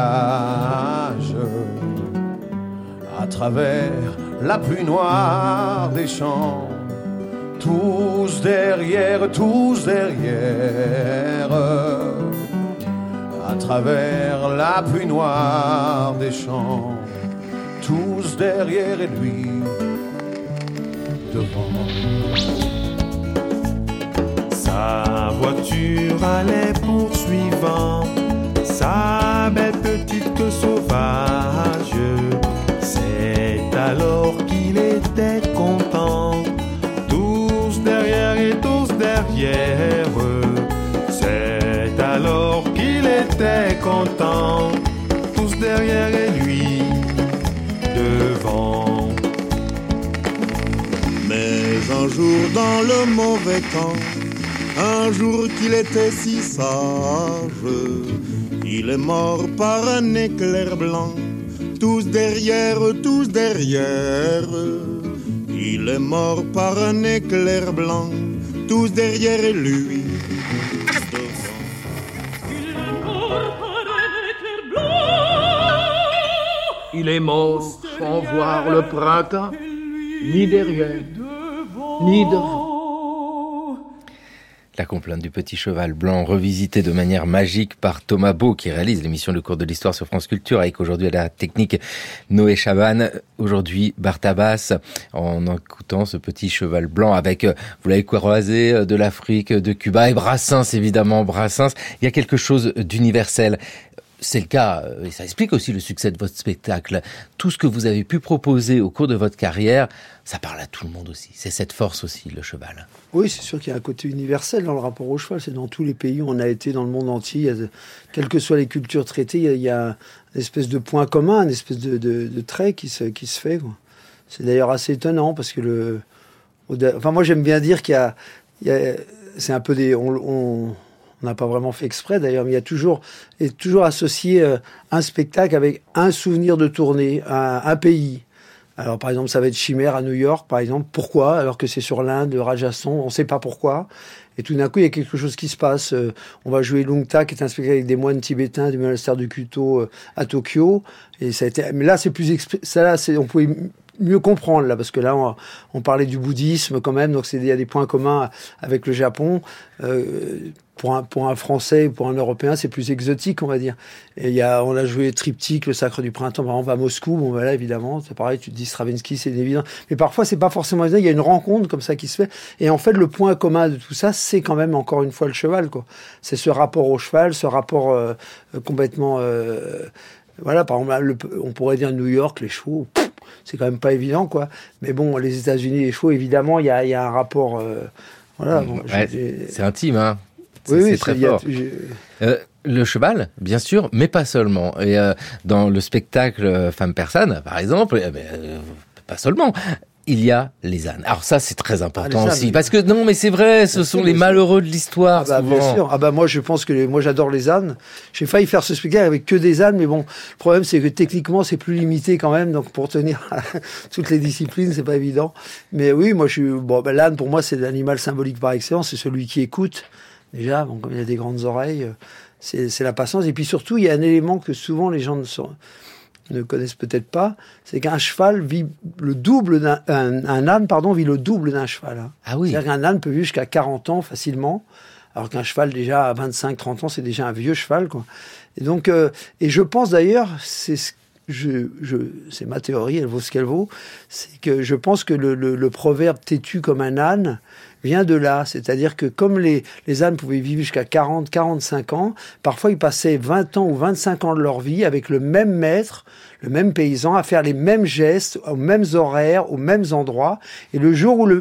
à travers la pluie noire des champs, tous derrière, à travers la pluie noire des champs, tous derrière et lui devant. Sa voiture allait poursuivant sa belle petite queue sauvage. C'est alors qu'il était content, tous derrière et tous derrière. C'est alors qu'il était content, tous derrière et lui devant. Mais un jour dans le mauvais temps, un jour qu'il était si sage, il est mort par un éclair blanc, tous derrière, il est mort par un éclair blanc, tous derrière et lui devant. Il est mort sans voir le printemps, ni derrière, ni devant. La complainte du petit cheval blanc, revisitée de manière magique par Thomas Beau, qui réalise l'émission Le Cours de l'Histoire sur France Culture, avec aujourd'hui à la technique Noé Chaban. Aujourd'hui, Bartabas, en écoutant ce petit cheval blanc avec, vous l'avez croisé, de l'Afrique, de Cuba, et Brassens, évidemment, Brassens. Il y a quelque chose d'universel. C'est le cas, et ça explique aussi le succès de votre spectacle. Tout ce que vous avez pu proposer au cours de votre carrière, ça parle à tout le monde aussi. C'est cette force aussi, le cheval. Oui, c'est sûr qu'il y a un côté universel dans le rapport au cheval. C'est dans tous les pays où on a été, dans le monde entier. Quelles que soient les cultures traitées, il y a une espèce de point commun, une espèce de trait qui se fait, quoi. C'est d'ailleurs assez étonnant parce que moi, j'aime bien dire qu'il y a c'est un peu on n'a pas vraiment fait exprès d'ailleurs, mais il y a toujours associé un spectacle avec un souvenir de tournée, un pays. Alors par exemple, ça va être Chimère à New York, par exemple. Pourquoi ? Alors que c'est sur l'Inde, le Rajasthan, on ne sait pas pourquoi. Et tout d'un coup, il y a quelque chose qui se passe. On va jouer Lungta, qui est un spectacle avec des moines tibétains du monastère de Kyoto à Tokyo. Et ça a été. Mais là, c'est plus on pouvait mieux comprendre là, parce que là on parlait du bouddhisme quand même, donc il y a des points communs avec le Japon. Pour un Français, pour un Européen, c'est plus exotique, on va dire. Et on a joué Triptyque, le Sacre du Printemps, par exemple, à Moscou. Bon, voilà, évidemment, c'est pareil, tu te dis Stravinsky, c'est évident. Mais parfois, c'est pas forcément évident. Il y a une rencontre comme ça qui se fait. Et en fait, le point commun de tout ça, c'est quand même, encore une fois, le cheval, quoi. C'est ce rapport au cheval, ce rapport complètement... voilà, par exemple, on pourrait dire New York, les chevaux, c'est quand même pas évident, quoi. Mais bon, les États-Unis, les chevaux, évidemment, il y a un rapport... voilà. Bon, c'est intime, hein. Oui, c'est très fort. Le cheval, bien sûr, mais pas seulement. Et dans le spectacle Femme-Personne, par exemple, pas seulement, il y a les ânes. Alors ça, c'est très important aussi. Parce que, non, mais c'est vrai, ce sont les malheureux de l'histoire, souvent. Bien sûr. Moi, je pense que moi, j'adore les ânes. J'ai failli faire ce spectacle avec que des ânes, mais bon, le problème, c'est que techniquement, c'est plus limité quand même. Donc, pour tenir toutes les disciplines, c'est pas évident. Mais oui, moi, l'âne, pour moi, c'est l'animal symbolique par excellence. C'est celui qui écoute. Déjà, bon, comme il a des grandes oreilles, c'est la patience. Et puis surtout, il y a un élément que souvent les gens ne connaissent peut-être pas, c'est qu'un cheval vit le double un âne vit le double d'un cheval. Hein. Ah oui. C'est-à-dire qu'un âne peut vivre jusqu'à 40 ans facilement, alors qu'un cheval déjà à 25-30 ans, c'est déjà un vieux cheval, quoi. Et donc, et je pense d'ailleurs, c'est ma théorie, elle vaut ce qu'elle vaut, c'est que je pense que le proverbe « têtu comme un âne » vient de là, c'est-à-dire que comme les ânes pouvaient vivre jusqu'à 40-45 ans, parfois ils passaient 20 ans ou 25 ans de leur vie avec le même maître, le même paysan, à faire les mêmes gestes, aux mêmes horaires, aux mêmes endroits, et le jour où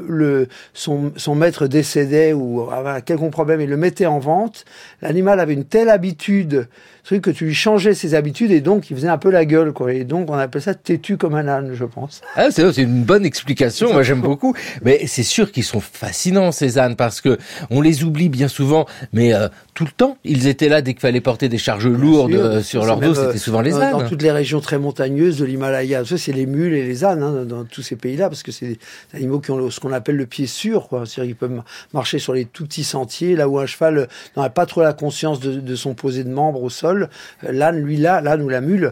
son maître décédait ou avait un quelconque problème et le mettait en vente, l'animal avait une telle habitude, que tu lui changeais ses habitudes et donc il faisait un peu la gueule, quoi. Et donc on appelle ça têtu comme un âne, je pense. Ah, c'est une bonne explication, moi j'aime beaucoup. Mais c'est sûr qu'ils sont fascinants, ces ânes, parce que on les oublie bien souvent, mais tout le temps, ils étaient là dès qu'il fallait porter des charges lourdes sur leur dos, c'était souvent les ânes. Dans toutes les régions très montagneuses de l'Himalaya, ça c'est les mules et les ânes, hein, dans tous ces pays-là, parce que c'est des animaux qui ont ce qu'on appelle le pied sûr, quoi. C'est-à-dire qu'ils peuvent marcher sur les tout petits sentiers, là où un cheval n'aurait pas trop la conscience de son posé de membres au sol. L'âne, lui, l'âne ou la mule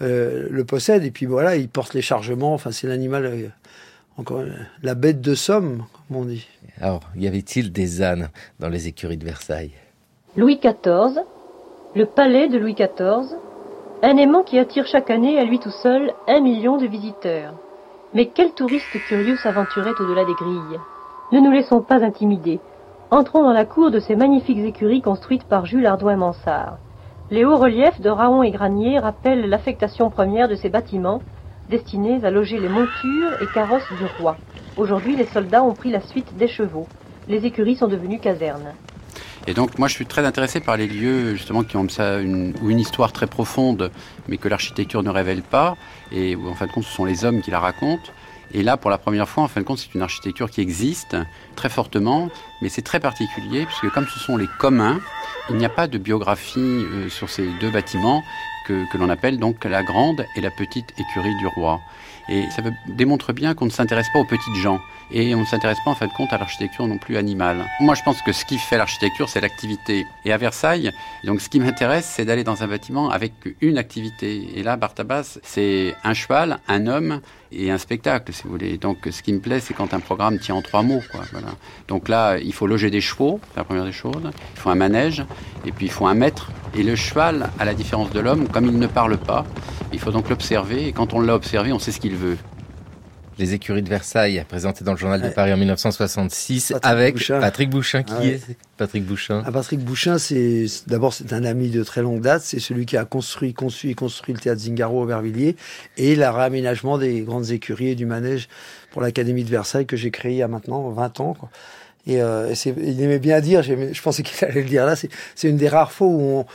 le possède, et puis voilà, il porte les chargements. Enfin, c'est l'animal, encore la bête de somme, comme on dit. Alors, y avait-il des ânes dans les écuries de Versailles? Louis XIV, le palais de Louis XIV, un aimant qui attire chaque année à lui tout seul 1 million de visiteurs. Mais quel touriste curieux s'aventurait au-delà des grilles? Ne nous laissons pas intimider. Entrons dans la cour de ces magnifiques écuries construites par Jules Hardouin-Mansart. Les hauts-reliefs de Raon et Granier rappellent l'affectation première de ces bâtiments, destinés à loger les montures et carrosses du roi. Aujourd'hui, les soldats ont pris la suite des chevaux. Les écuries sont devenues casernes. Et donc, moi, je suis très intéressé par les lieux, justement, qui ont une histoire très profonde, mais que l'architecture ne révèle pas, et où, en fin de compte, ce sont les hommes qui la racontent. Et là, pour la première fois, en fin de compte, c'est une architecture qui existe très fortement, mais c'est très particulier, puisque comme ce sont les communs, il n'y a pas de biographie sur ces deux bâtiments que l'on appelle donc la grande et la petite écurie du roi. Et ça démontre bien qu'on ne s'intéresse pas aux petites gens. Et on ne s'intéresse pas en fin de compte à l'architecture non plus animale. Moi je pense que ce qui fait l'architecture, c'est l'activité. Et à Versailles, donc ce qui m'intéresse, c'est d'aller dans un bâtiment avec une activité. Et là, Bartabas, c'est un cheval, un homme et un spectacle, si vous voulez. Donc ce qui me plaît, c'est quand un programme tient en 3 mots, quoi. Voilà. Donc là, il faut loger des chevaux, c'est la première des choses. Il faut un manège, et puis il faut un maître. Et le cheval, à la différence de l'homme, comme il ne parle pas, il faut donc l'observer. Et quand on l'a observé, on sait ce qu'il veut. Les écuries de Versailles, présentées dans le Journal de Paris en 1966, avec Patrick Bouchain. Qui est Patrick Bouchain? Patrick Bouchain, c'est un ami de très longue date. C'est celui qui a conçu et construit le théâtre Zingaro à Aubervilliers et le réaménagement des grandes écuries et du manège pour l'Académie de Versailles que j'ai créé il y a maintenant 20 ans, quoi. Et il aimait bien dire, je pensais qu'il allait le dire là, c'est une des rares fois où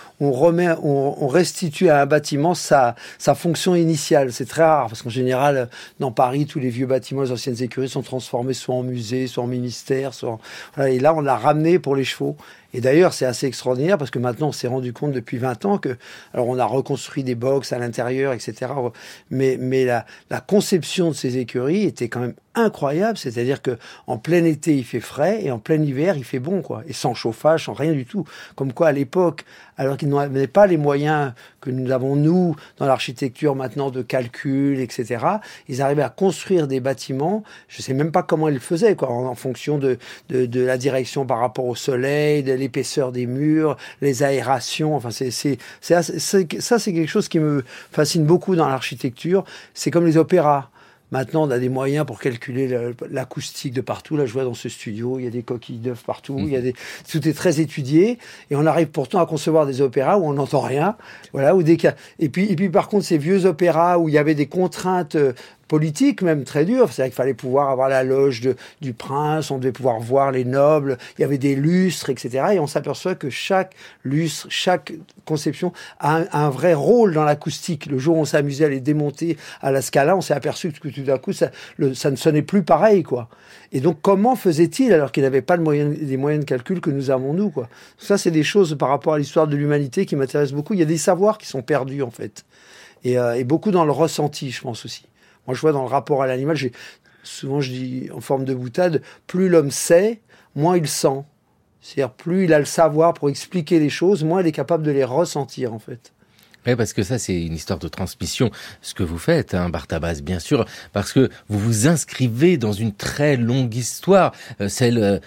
on restitue à un bâtiment sa fonction initiale. C'est très rare, parce qu'en général, dans Paris, tous les vieux bâtiments, les anciennes écuries sont transformés soit en musée, soit en ministère, voilà. Et là, on l'a ramené pour les chevaux. Et d'ailleurs, c'est assez extraordinaire parce que maintenant, on s'est rendu compte depuis 20 ans que, alors on a reconstruit des box à l'intérieur, etc. Mais la conception de ces écuries était quand même incroyable. C'est-à-dire que en plein été, il fait frais et en plein hiver, il fait bon, quoi. Et sans chauffage, sans rien du tout. Comme quoi, à l'époque, alors qu'ils n'avaient pas les moyens que nous avons, nous, dans l'architecture maintenant de calcul, etc., ils arrivaient à construire des bâtiments. Je sais même pas comment ils le faisaient, quoi, en fonction de la direction par rapport au soleil, de l'épaisseur des murs, les aérations. Enfin, ça, c'est quelque chose qui me fascine beaucoup dans l'architecture. C'est comme les opéras. Maintenant, on a des moyens pour calculer l'acoustique de partout. Là, je vois dans ce studio, il y a des coquilles d'œufs partout. Tout est très étudié. Et on arrive pourtant à concevoir des opéras où on n'entend rien. Voilà, et puis, par contre, ces vieux opéras où il y avait des contraintes politique même très dur, c'est-à-dire qu'il fallait pouvoir avoir la loge du prince, on devait pouvoir voir les nobles, il y avait des lustres, etc. Et on s'aperçoit que chaque lustre, chaque conception a un vrai rôle dans l'acoustique. Le jour où on s'amusait à les démonter à la Scala, on s'est aperçu que tout d'un coup, ça ne sonnait plus pareil, quoi. Et donc, comment faisait-il alors qu'il n'avait pas les moyens de calcul que nous avons, nous, quoi. Ça, c'est des choses par rapport à l'histoire de l'humanité qui m'intéressent beaucoup. Il y a des savoirs qui sont perdus, en fait. Et beaucoup dans le ressenti, je pense aussi. Moi, je vois dans le rapport à l'animal, souvent je dis en forme de boutade, plus l'homme sait, moins il sent. C'est-à-dire, plus il a le savoir pour expliquer les choses, moins il est capable de les ressentir, en fait. Oui, parce que ça, c'est une histoire de transmission. Ce que vous faites, Bartabas, bien sûr, parce que vous vous inscrivez dans une très longue histoire, celle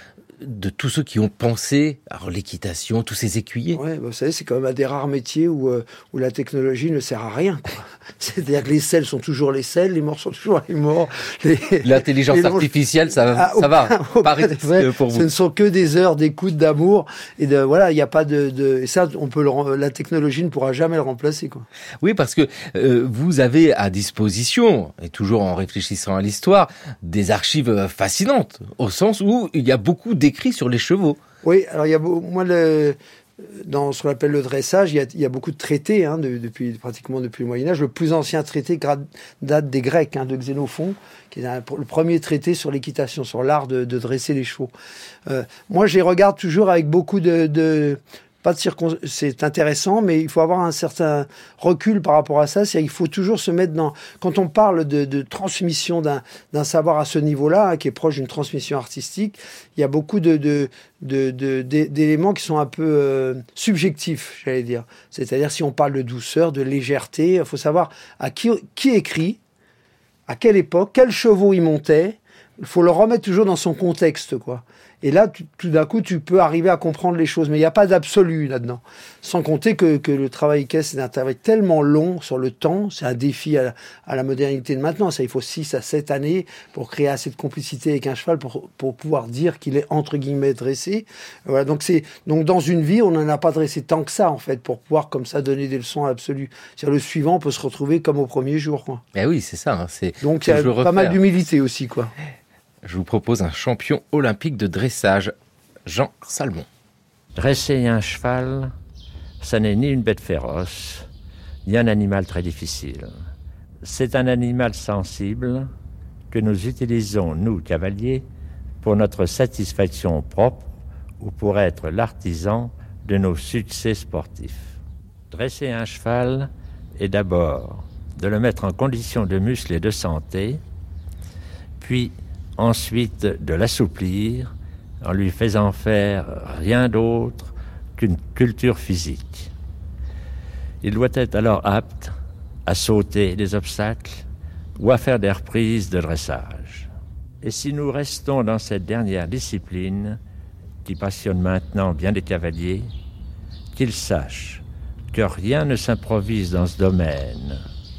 de tous ceux qui ont pensé l'équitation, tous ces écuyers. Ouais, vous savez, c'est quand même un des rares métiers où la technologie ne sert à rien, quoi. C'est-à-dire que les selles sont toujours les selles, les morts sont toujours les morts. L'intelligence artificielle, ça va. Pas risque pour vous. Ce ne sont que des heures d'écoute, d'amour, et voilà, il n'y a pas et ça, la technologie ne pourra jamais le remplacer, quoi. Oui, parce que vous avez à disposition, et toujours en réfléchissant à l'histoire, des archives fascinantes, au sens où il y a beaucoup d'écrits sur les chevaux. Oui, alors il y a dans ce qu'on appelle le dressage, il y a beaucoup de traités, pratiquement depuis le Moyen-Âge. Le plus ancien traité date des Grecs, de Xénophon, qui est le premier traité sur l'équitation, sur l'art de dresser les chevaux. Moi, je les regarde toujours avec beaucoup c'est intéressant, mais il faut avoir un certain recul par rapport à ça. Il faut toujours se mettre quand on parle de transmission d'un savoir à ce niveau-là, qui est proche d'une transmission artistique, il y a beaucoup d'éléments qui sont un peu subjectifs, j'allais dire. C'est-à-dire, si on parle de douceur, de légèreté, il faut savoir à qui écrit, à quelle époque, quels chevaux il montait. Il faut le remettre toujours dans son contexte, quoi. Et là, tout d'un coup, tu peux arriver à comprendre les choses. Mais il n'y a pas d'absolu là-dedans. Sans compter que le travail équestre, c'est un travail tellement long sur le temps. C'est un défi à la modernité de maintenant. Ça, il faut 6 à 7 années pour créer assez de complicité avec un cheval pour pouvoir dire qu'il est, entre guillemets, dressé. Voilà, donc dans une vie, on n'en a pas dressé tant que ça, en fait, pour pouvoir, comme ça, donner des leçons absolues. C'est-à-dire, le suivant peut se retrouver comme au premier jour, quoi. Eh oui, c'est ça. Donc, il y a pas mal d'humilité aussi, quoi. Je vous propose un champion olympique de dressage, Jean Salmon. Dresser un cheval, ça n'est ni une bête féroce, ni un animal très difficile. C'est un animal sensible que nous utilisons, nous, cavaliers, pour notre satisfaction propre ou pour être l'artisan de nos succès sportifs. Dresser un cheval est d'abord de le mettre en condition de muscle et de santé, puis ensuite de l'assouplir en lui faisant faire rien d'autre qu'une culture physique. Il doit être alors apte à sauter des obstacles ou à faire des reprises de dressage. Et si nous restons dans cette dernière discipline qui passionne maintenant bien des cavaliers, qu'ils sachent que rien ne s'improvise dans ce domaine.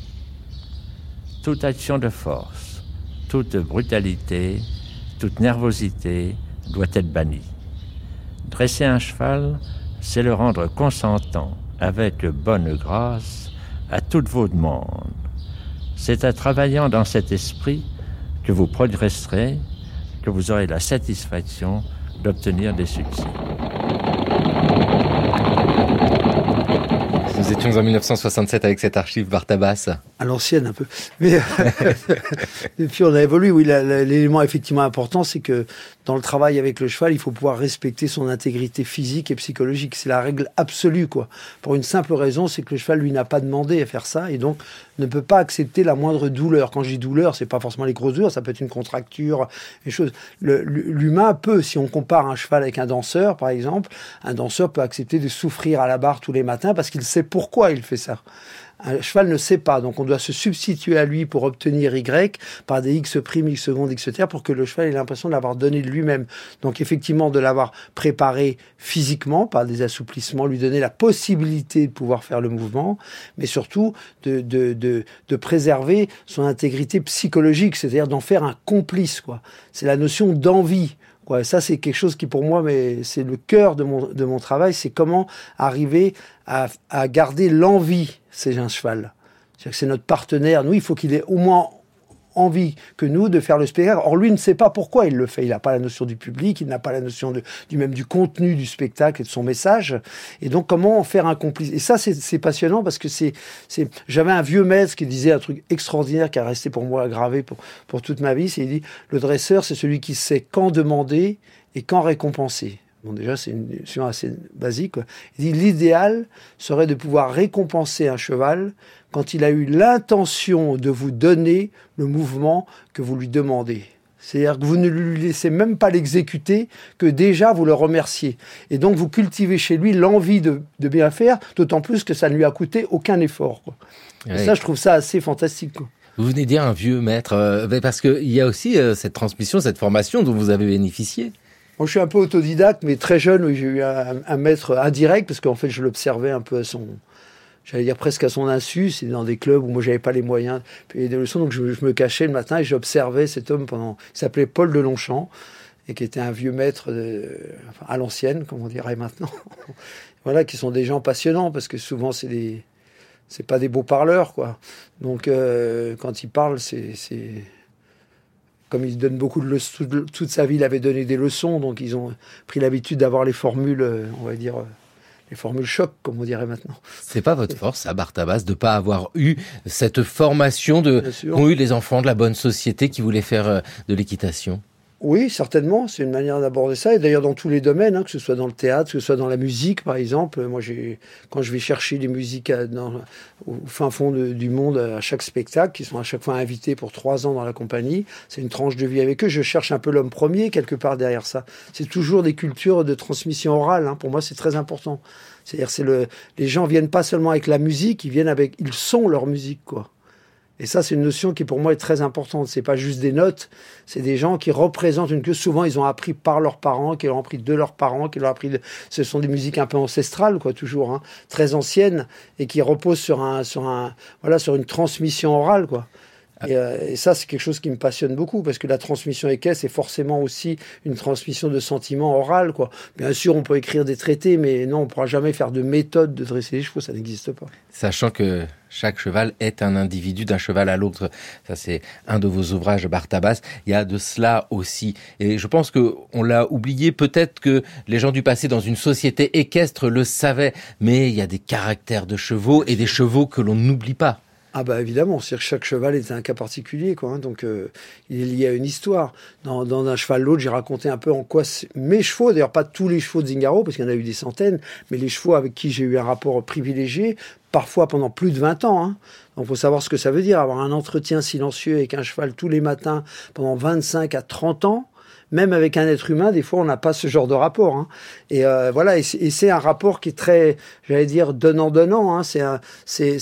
Toute action de force, toute brutalité, toute nervosité doit être bannie. Dresser un cheval, c'est le rendre consentant avec bonne grâce à toutes vos demandes. C'est en travaillant dans cet esprit que vous progresserez, que vous aurez la satisfaction d'obtenir des succès. Nous étions en 1967 avec cette archive Bartabas. À l'ancienne un peu. Mais depuis on a évolué. Oui, l'élément effectivement important, c'est que dans le travail avec le cheval, il faut pouvoir respecter son intégrité physique et psychologique. C'est la règle absolue, quoi. Pour une simple raison, c'est que le cheval, lui, n'a pas demandé à faire ça et donc ne peut pas accepter la moindre douleur. Quand je dis douleur, c'est pas forcément les grosses douleurs, ça peut être une contracture, des choses. L'humain peut, si on compare un cheval avec un danseur, par exemple, un danseur peut accepter de souffrir à la barre tous les matins parce qu'il sait pourquoi il fait ça. Un cheval ne sait pas, donc on doit se substituer à lui pour obtenir Y par des X', X secondes, X terres pour que le cheval ait l'impression de l'avoir donné de lui-même. Donc effectivement de l'avoir préparé physiquement par des assouplissements, lui donner la possibilité de pouvoir faire le mouvement, mais surtout de préserver son intégrité psychologique, c'est-à-dire d'en faire un complice, quoi. C'est la notion d'envie. Ouais, ça c'est quelque chose qui pour moi, mais c'est le cœur de mon travail, c'est comment arriver à garder l'envie chez un cheval. C'est-à-dire que c'est notre partenaire. Nous, il faut qu'il ait au moins envie que nous de faire le spectacle. Or, lui ne sait pas pourquoi il le fait. Il n'a pas la notion du public, il n'a pas la notion du contenu du spectacle et de son message. Et donc, comment en faire un complice? Et ça, c'est passionnant parce que j'avais un vieux maître qui disait un truc extraordinaire qui a resté pour moi gravé pour toute ma vie. Il dit, le dresseur, c'est celui qui sait quand demander et quand récompenser. Bon, déjà, c'est une notion assez basique, quoi. Il dit, l'idéal serait de pouvoir récompenser un cheval quand il a eu l'intention de vous donner le mouvement que vous lui demandez. C'est-à-dire que vous ne lui laissez même pas l'exécuter, que déjà vous le remerciez. Et donc vous cultivez chez lui l'envie de bien faire, d'autant plus que ça ne lui a coûté aucun effort, quoi. Ouais. Et ça, je trouve ça assez fantastique, quoi. Vous venez de dire un vieux maître, parce qu'il y a aussi cette transmission, cette formation dont vous avez bénéficié. Moi, je suis un peu autodidacte, mais très jeune, oui, j'ai eu un maître indirect, parce qu'en fait, je l'observais un peu j'allais dire presque à son insu. C'est dans des clubs où moi, j'avais pas les moyens de payer des leçons, donc je me cachais le matin et j'observais cet homme il s'appelait Paul de Longchamp, et qui était un vieux maître à l'ancienne, comme on dirait maintenant. Voilà, qui sont des gens passionnants, parce que souvent, c'est pas des beaux parleurs, quoi. Donc, quand ils parlent, comme il donne beaucoup de leçons, toute sa vie, il avait donné des leçons, donc ils ont pris l'habitude d'avoir les formules, on va dire, les formules choc, comme on dirait maintenant. C'est pas votre force, à Bartabas, de pas avoir eu cette formation qu'ont eu les enfants de la bonne société qui voulaient faire de l'équitation? Oui, certainement, c'est une manière d'aborder ça, et d'ailleurs dans tous les domaines, que ce soit dans le théâtre, que ce soit dans la musique, par exemple. Moi, quand je vais chercher des musiques au fin fond du monde à chaque spectacle, qui sont à chaque fois invités pour 3 ans dans la compagnie, c'est une tranche de vie avec eux. Je cherche un peu l'homme premier quelque part derrière ça. C'est toujours des cultures de transmission orale. Pour moi, c'est très important. C'est-à-dire, les gens viennent pas seulement avec la musique, ils sont leur musique, quoi. Et ça, c'est une notion qui, pour moi, est très importante. C'est pas juste des notes, c'est des gens qui représentent une culture. Souvent, ils ont appris par leurs parents, qui l'ont appris de leurs parents, qui l'ont appris Ce sont des musiques un peu ancestrales, quoi, toujours, très anciennes, et qui reposent sur une transmission orale, quoi. Et ça, c'est quelque chose qui me passionne beaucoup, parce que la transmission équestre, c'est forcément aussi une transmission de sentiments oral, quoi. Bien sûr, on peut écrire des traités, mais non, on ne pourra jamais faire de méthode de dresser les chevaux, ça n'existe pas. Sachant que chaque cheval est un individu d'un cheval à l'autre. Ça, c'est un de vos ouvrages, Bartabas. Il y a de cela aussi. Et je pense qu'on l'a oublié. Peut-être que les gens du passé, dans une société équestre, le savaient. Mais il y a des caractères de chevaux et des chevaux que l'on n'oublie pas. Ah bah évidemment, c'est-à-dire que chaque cheval est un cas particulier, quoi. Donc il est lié à une histoire. Dans un cheval l'autre, j'ai raconté un peu en quoi mes chevaux, d'ailleurs pas tous les chevaux de Zingaro, parce qu'il y en a eu des centaines, mais les chevaux avec qui j'ai eu un rapport privilégié, parfois pendant plus de 20 ans. Donc il faut savoir ce que ça veut dire, avoir un entretien silencieux avec un cheval tous les matins pendant 25 à 30 ans. Même avec un être humain, des fois, on n'a pas ce genre de rapport. Et voilà, et c'est un rapport qui est très, j'allais dire, donnant-donnant. C'est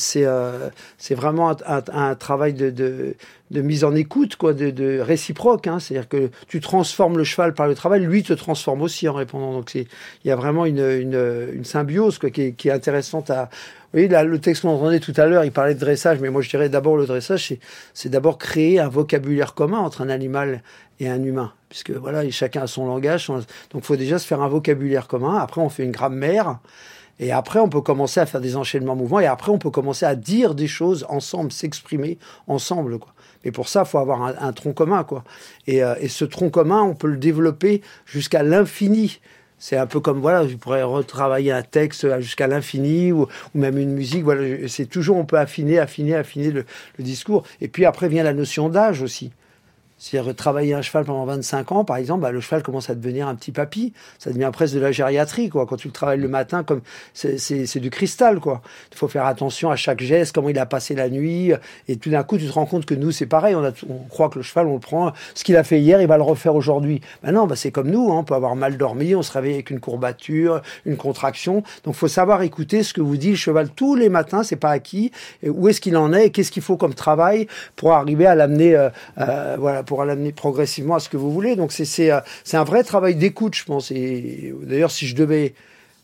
vraiment un travail de mise en écoute, quoi, de réciproque. C'est-à-dire que tu transformes le cheval par le travail, lui te transforme aussi en répondant. Donc il y a vraiment une symbiose, quoi, qui est intéressante à... Oui, là, le texte qu'on entendait tout à l'heure, il parlait de dressage, mais moi je dirais d'abord le dressage, c'est d'abord créer un vocabulaire commun entre un animal et un humain, puisque voilà, chacun a son langage, donc il faut déjà se faire un vocabulaire commun. Après, on fait une grammaire, et après, on peut commencer à faire des enchaînements mouvements, et après, on peut commencer à dire des choses ensemble, s'exprimer ensemble, quoi. Mais pour ça, il faut avoir un tronc commun, quoi. Et ce tronc commun, on peut le développer jusqu'à l'infini. C'est un peu comme, voilà, je pourrais retravailler un texte jusqu'à l'infini ou même une musique. Voilà, c'est toujours, on peut affiner le discours. Et puis après vient la notion d'âge aussi. C'est-à-dire travailler un cheval pendant 25 ans, par exemple, le cheval commence à devenir un petit papy. Ça devient presque de la gériatrie, quoi. Quand tu le travailles le matin, comme c'est du cristal, quoi. Il faut faire attention à chaque geste, comment il a passé la nuit. Et tout d'un coup, tu te rends compte que nous, c'est pareil. On croit que le cheval, on le prend. Ce qu'il a fait hier, il va le refaire aujourd'hui. Ben non, c'est comme nous. On peut avoir mal dormi, on se réveille avec une courbature, une contraction. Donc, il faut savoir écouter ce que vous dit le cheval tous les matins. C'est pas acquis. Et où est-ce qu'il en est et qu'est-ce qu'il faut comme travail pour arriver à l'amener, pour l'amener progressivement à ce que vous voulez. Donc c'est un vrai travail d'écoute, je pense. Et d'ailleurs, si je devais...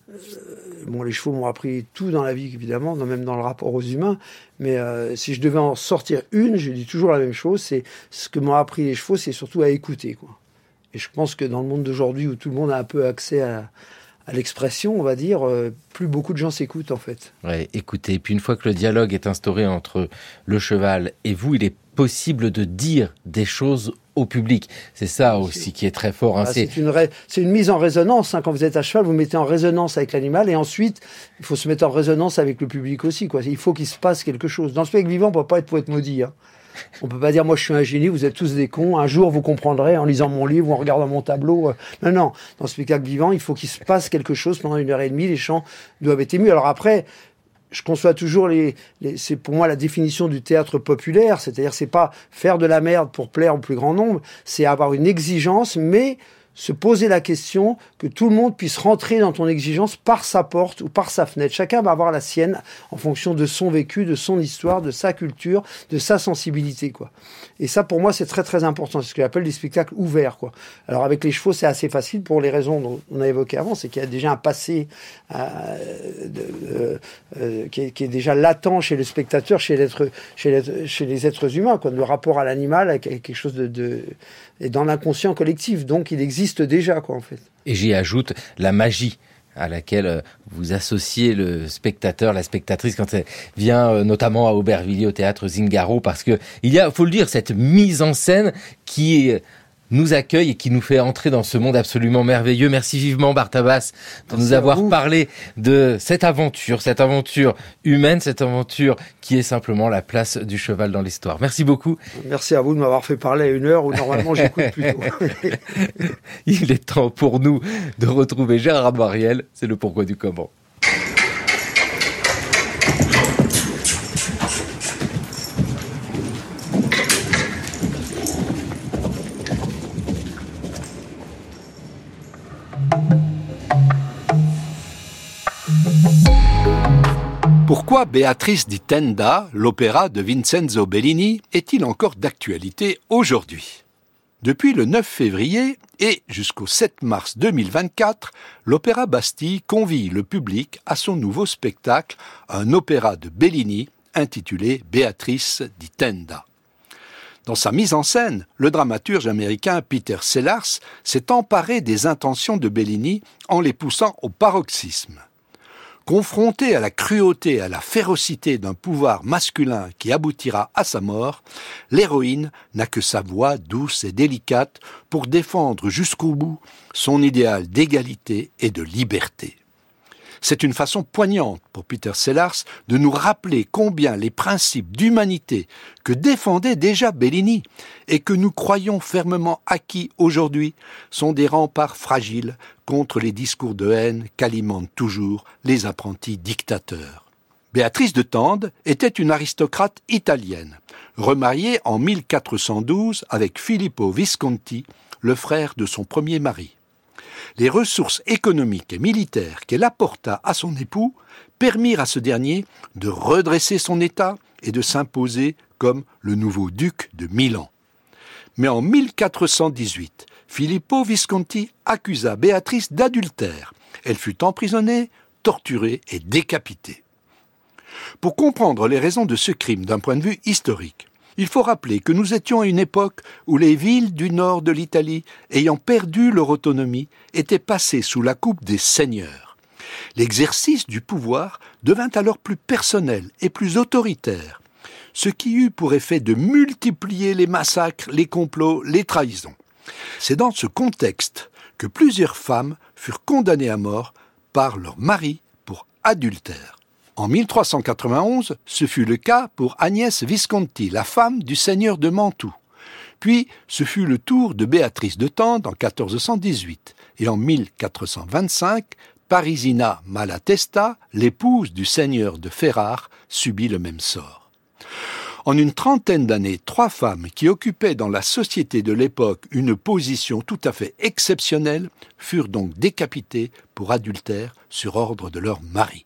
les chevaux m'ont appris tout dans la vie, évidemment, même dans le rapport aux humains, mais si je devais en sortir une, je dis toujours la même chose, c'est ce que m'ont appris les chevaux, c'est surtout à écouter, quoi. Et je pense que dans le monde d'aujourd'hui, où tout le monde a un peu accès à l'expression, on va dire, plus beaucoup de gens s'écoutent, en fait. Ouais, écoutez. Et puis une fois que le dialogue est instauré entre le cheval et vous, il est possible de dire des choses au public. C'est ça aussi qui est très fort. C'est une mise en résonance. Quand vous êtes à cheval, vous mettez en résonance avec l'animal et ensuite, il faut se mettre en résonance avec le public aussi, quoi. Il faut qu'il se passe quelque chose. Dans le spectacle vivant, on ne peut pas être poète maudit. On ne peut pas dire, moi je suis un génie, vous êtes tous des cons, un jour vous comprendrez en lisant mon livre ou en regardant mon tableau. Non, dans le spectacle vivant, il faut qu'il se passe quelque chose pendant 1h30, les chants doivent être émus. Alors après, je conçois toujours c'est pour moi la définition du théâtre populaire, c'est-à-dire c'est pas faire de la merde pour plaire au plus grand nombre, c'est avoir une exigence, mais se poser la question que tout le monde puisse rentrer dans ton exigence par sa porte ou par sa fenêtre. Chacun va avoir la sienne en fonction de son vécu, de son histoire, de sa culture, de sa sensibilité, quoi. Et ça, pour moi, c'est très très important. C'est ce que j'appelle des spectacles ouverts, quoi. Alors avec les chevaux, c'est assez facile pour les raisons dont on a évoqué avant, c'est qu'il y a déjà un passé qui est déjà latent chez le spectateur, chez les êtres humains, quoi. Le rapport à l'animal est quelque chose est dans l'inconscient collectif, donc il existe déjà, quoi, en fait. Et j'y ajoute la magie à laquelle vous associez le spectateur, la spectatrice quand elle vient notamment à Aubervilliers au théâtre Zingaro, parce que il y a, faut le dire, cette mise en scène qui nous accueille et qui nous fait entrer dans ce monde absolument merveilleux. Merci vivement Bartabas de nous avoir parlé de cette aventure humaine, cette aventure qui est simplement la place du cheval dans l'histoire. Merci beaucoup. Merci à vous de m'avoir fait parler à une heure où normalement j'écoute plus tôt. Il est temps pour nous de retrouver Gérard Mariel, c'est le pourquoi du comment. Pourquoi Béatrice di Tenda, l'opéra de Vincenzo Bellini, est-il encore d'actualité aujourd'hui ? Depuis le 9 février et jusqu'au 7 mars 2024, l'Opéra Bastille convie le public à son nouveau spectacle, un opéra de Bellini intitulé Béatrice di Tenda. Dans sa mise en scène, le dramaturge américain Peter Sellars s'est emparé des intentions de Bellini en les poussant au paroxysme. Confrontée à la cruauté et à la férocité d'un pouvoir masculin qui aboutira à sa mort, l'héroïne n'a que sa voix douce et délicate pour défendre jusqu'au bout son idéal d'égalité et de liberté. C'est une façon poignante pour Peter Sellars de nous rappeler combien les principes d'humanité que défendait déjà Bellini et que nous croyons fermement acquis aujourd'hui sont des remparts fragiles contre les discours de haine qu'alimentent toujours les apprentis dictateurs. Béatrice de Tende était une aristocrate italienne, remariée en 1412 avec Filippo Visconti, le frère de son premier mari. Les ressources économiques et militaires qu'elle apporta à son époux permirent à ce dernier de redresser son État et de s'imposer comme le nouveau duc de Milan. Mais en 1418, Filippo Visconti accusa Béatrice d'adultère. Elle fut emprisonnée, torturée et décapitée. Pour comprendre les raisons de ce crime d'un point de vue historique, il faut rappeler que nous étions à une époque où les villes du nord de l'Italie, ayant perdu leur autonomie, étaient passées sous la coupe des seigneurs. L'exercice du pouvoir devint alors plus personnel et plus autoritaire, ce qui eut pour effet de multiplier les massacres, les complots, les trahisons. C'est dans ce contexte que plusieurs femmes furent condamnées à mort par leur mari pour adultère. En 1391, ce fut le cas pour Agnès Visconti, la femme du seigneur de Mantoue. Puis, ce fut le tour de Béatrice de Tende en 1418. Et en 1425, Parisina Malatesta, l'épouse du seigneur de Ferrare, subit le même sort. En une trentaine d'années, 3 femmes qui occupaient dans la société de l'époque une position tout à fait exceptionnelle furent donc décapitées pour adultère sur ordre de leur mari.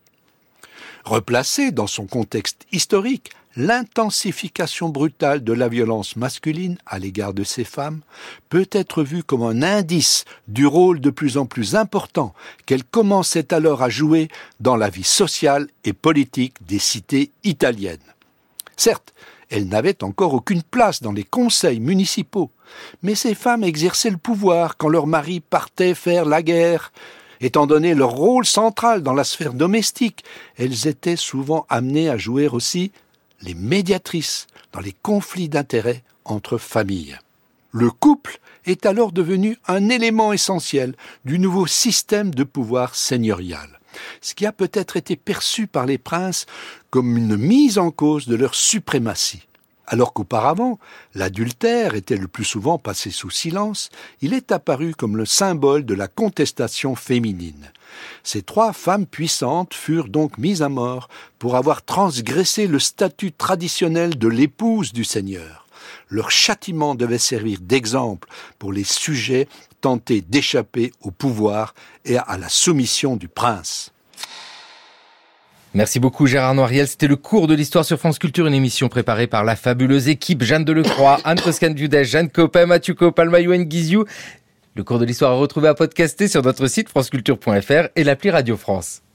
Replacée dans son contexte historique, l'intensification brutale de la violence masculine à l'égard de ces femmes peut être vue comme un indice du rôle de plus en plus important qu'elle commençait alors à jouer dans la vie sociale et politique des cités italiennes. Certes, elles n'avaient encore aucune place dans les conseils municipaux, mais ces femmes exerçaient le pouvoir quand leurs maris partaient faire la guerre. Étant donné leur rôle central dans la sphère domestique, elles étaient souvent amenées à jouer aussi les médiatrices dans les conflits d'intérêts entre familles. Le couple est alors devenu un élément essentiel du nouveau système de pouvoir seigneurial, ce qui a peut-être été perçu par les princes comme une mise en cause de leur suprématie. Alors qu'auparavant, l'adultère était le plus souvent passé sous silence, il est apparu comme le symbole de la contestation féminine. Ces 3 femmes puissantes furent donc mises à mort pour avoir transgressé le statut traditionnel de l'épouse du Seigneur, Leur châtiment devait servir d'exemple pour les sujets tentés d'échapper au pouvoir et à la soumission du prince. Merci beaucoup Gérard Noiriel, c'était le cours de l'histoire sur France Culture, une émission préparée par la fabuleuse équipe Jeanne Delecroix, Anne Toscan-Dudèche, Jeanne Copin, Mathieu Copal, Mayouen Guiziou. Le cours de l'histoire est retrouvé à podcaster sur notre site franceculture.fr et l'appli Radio France.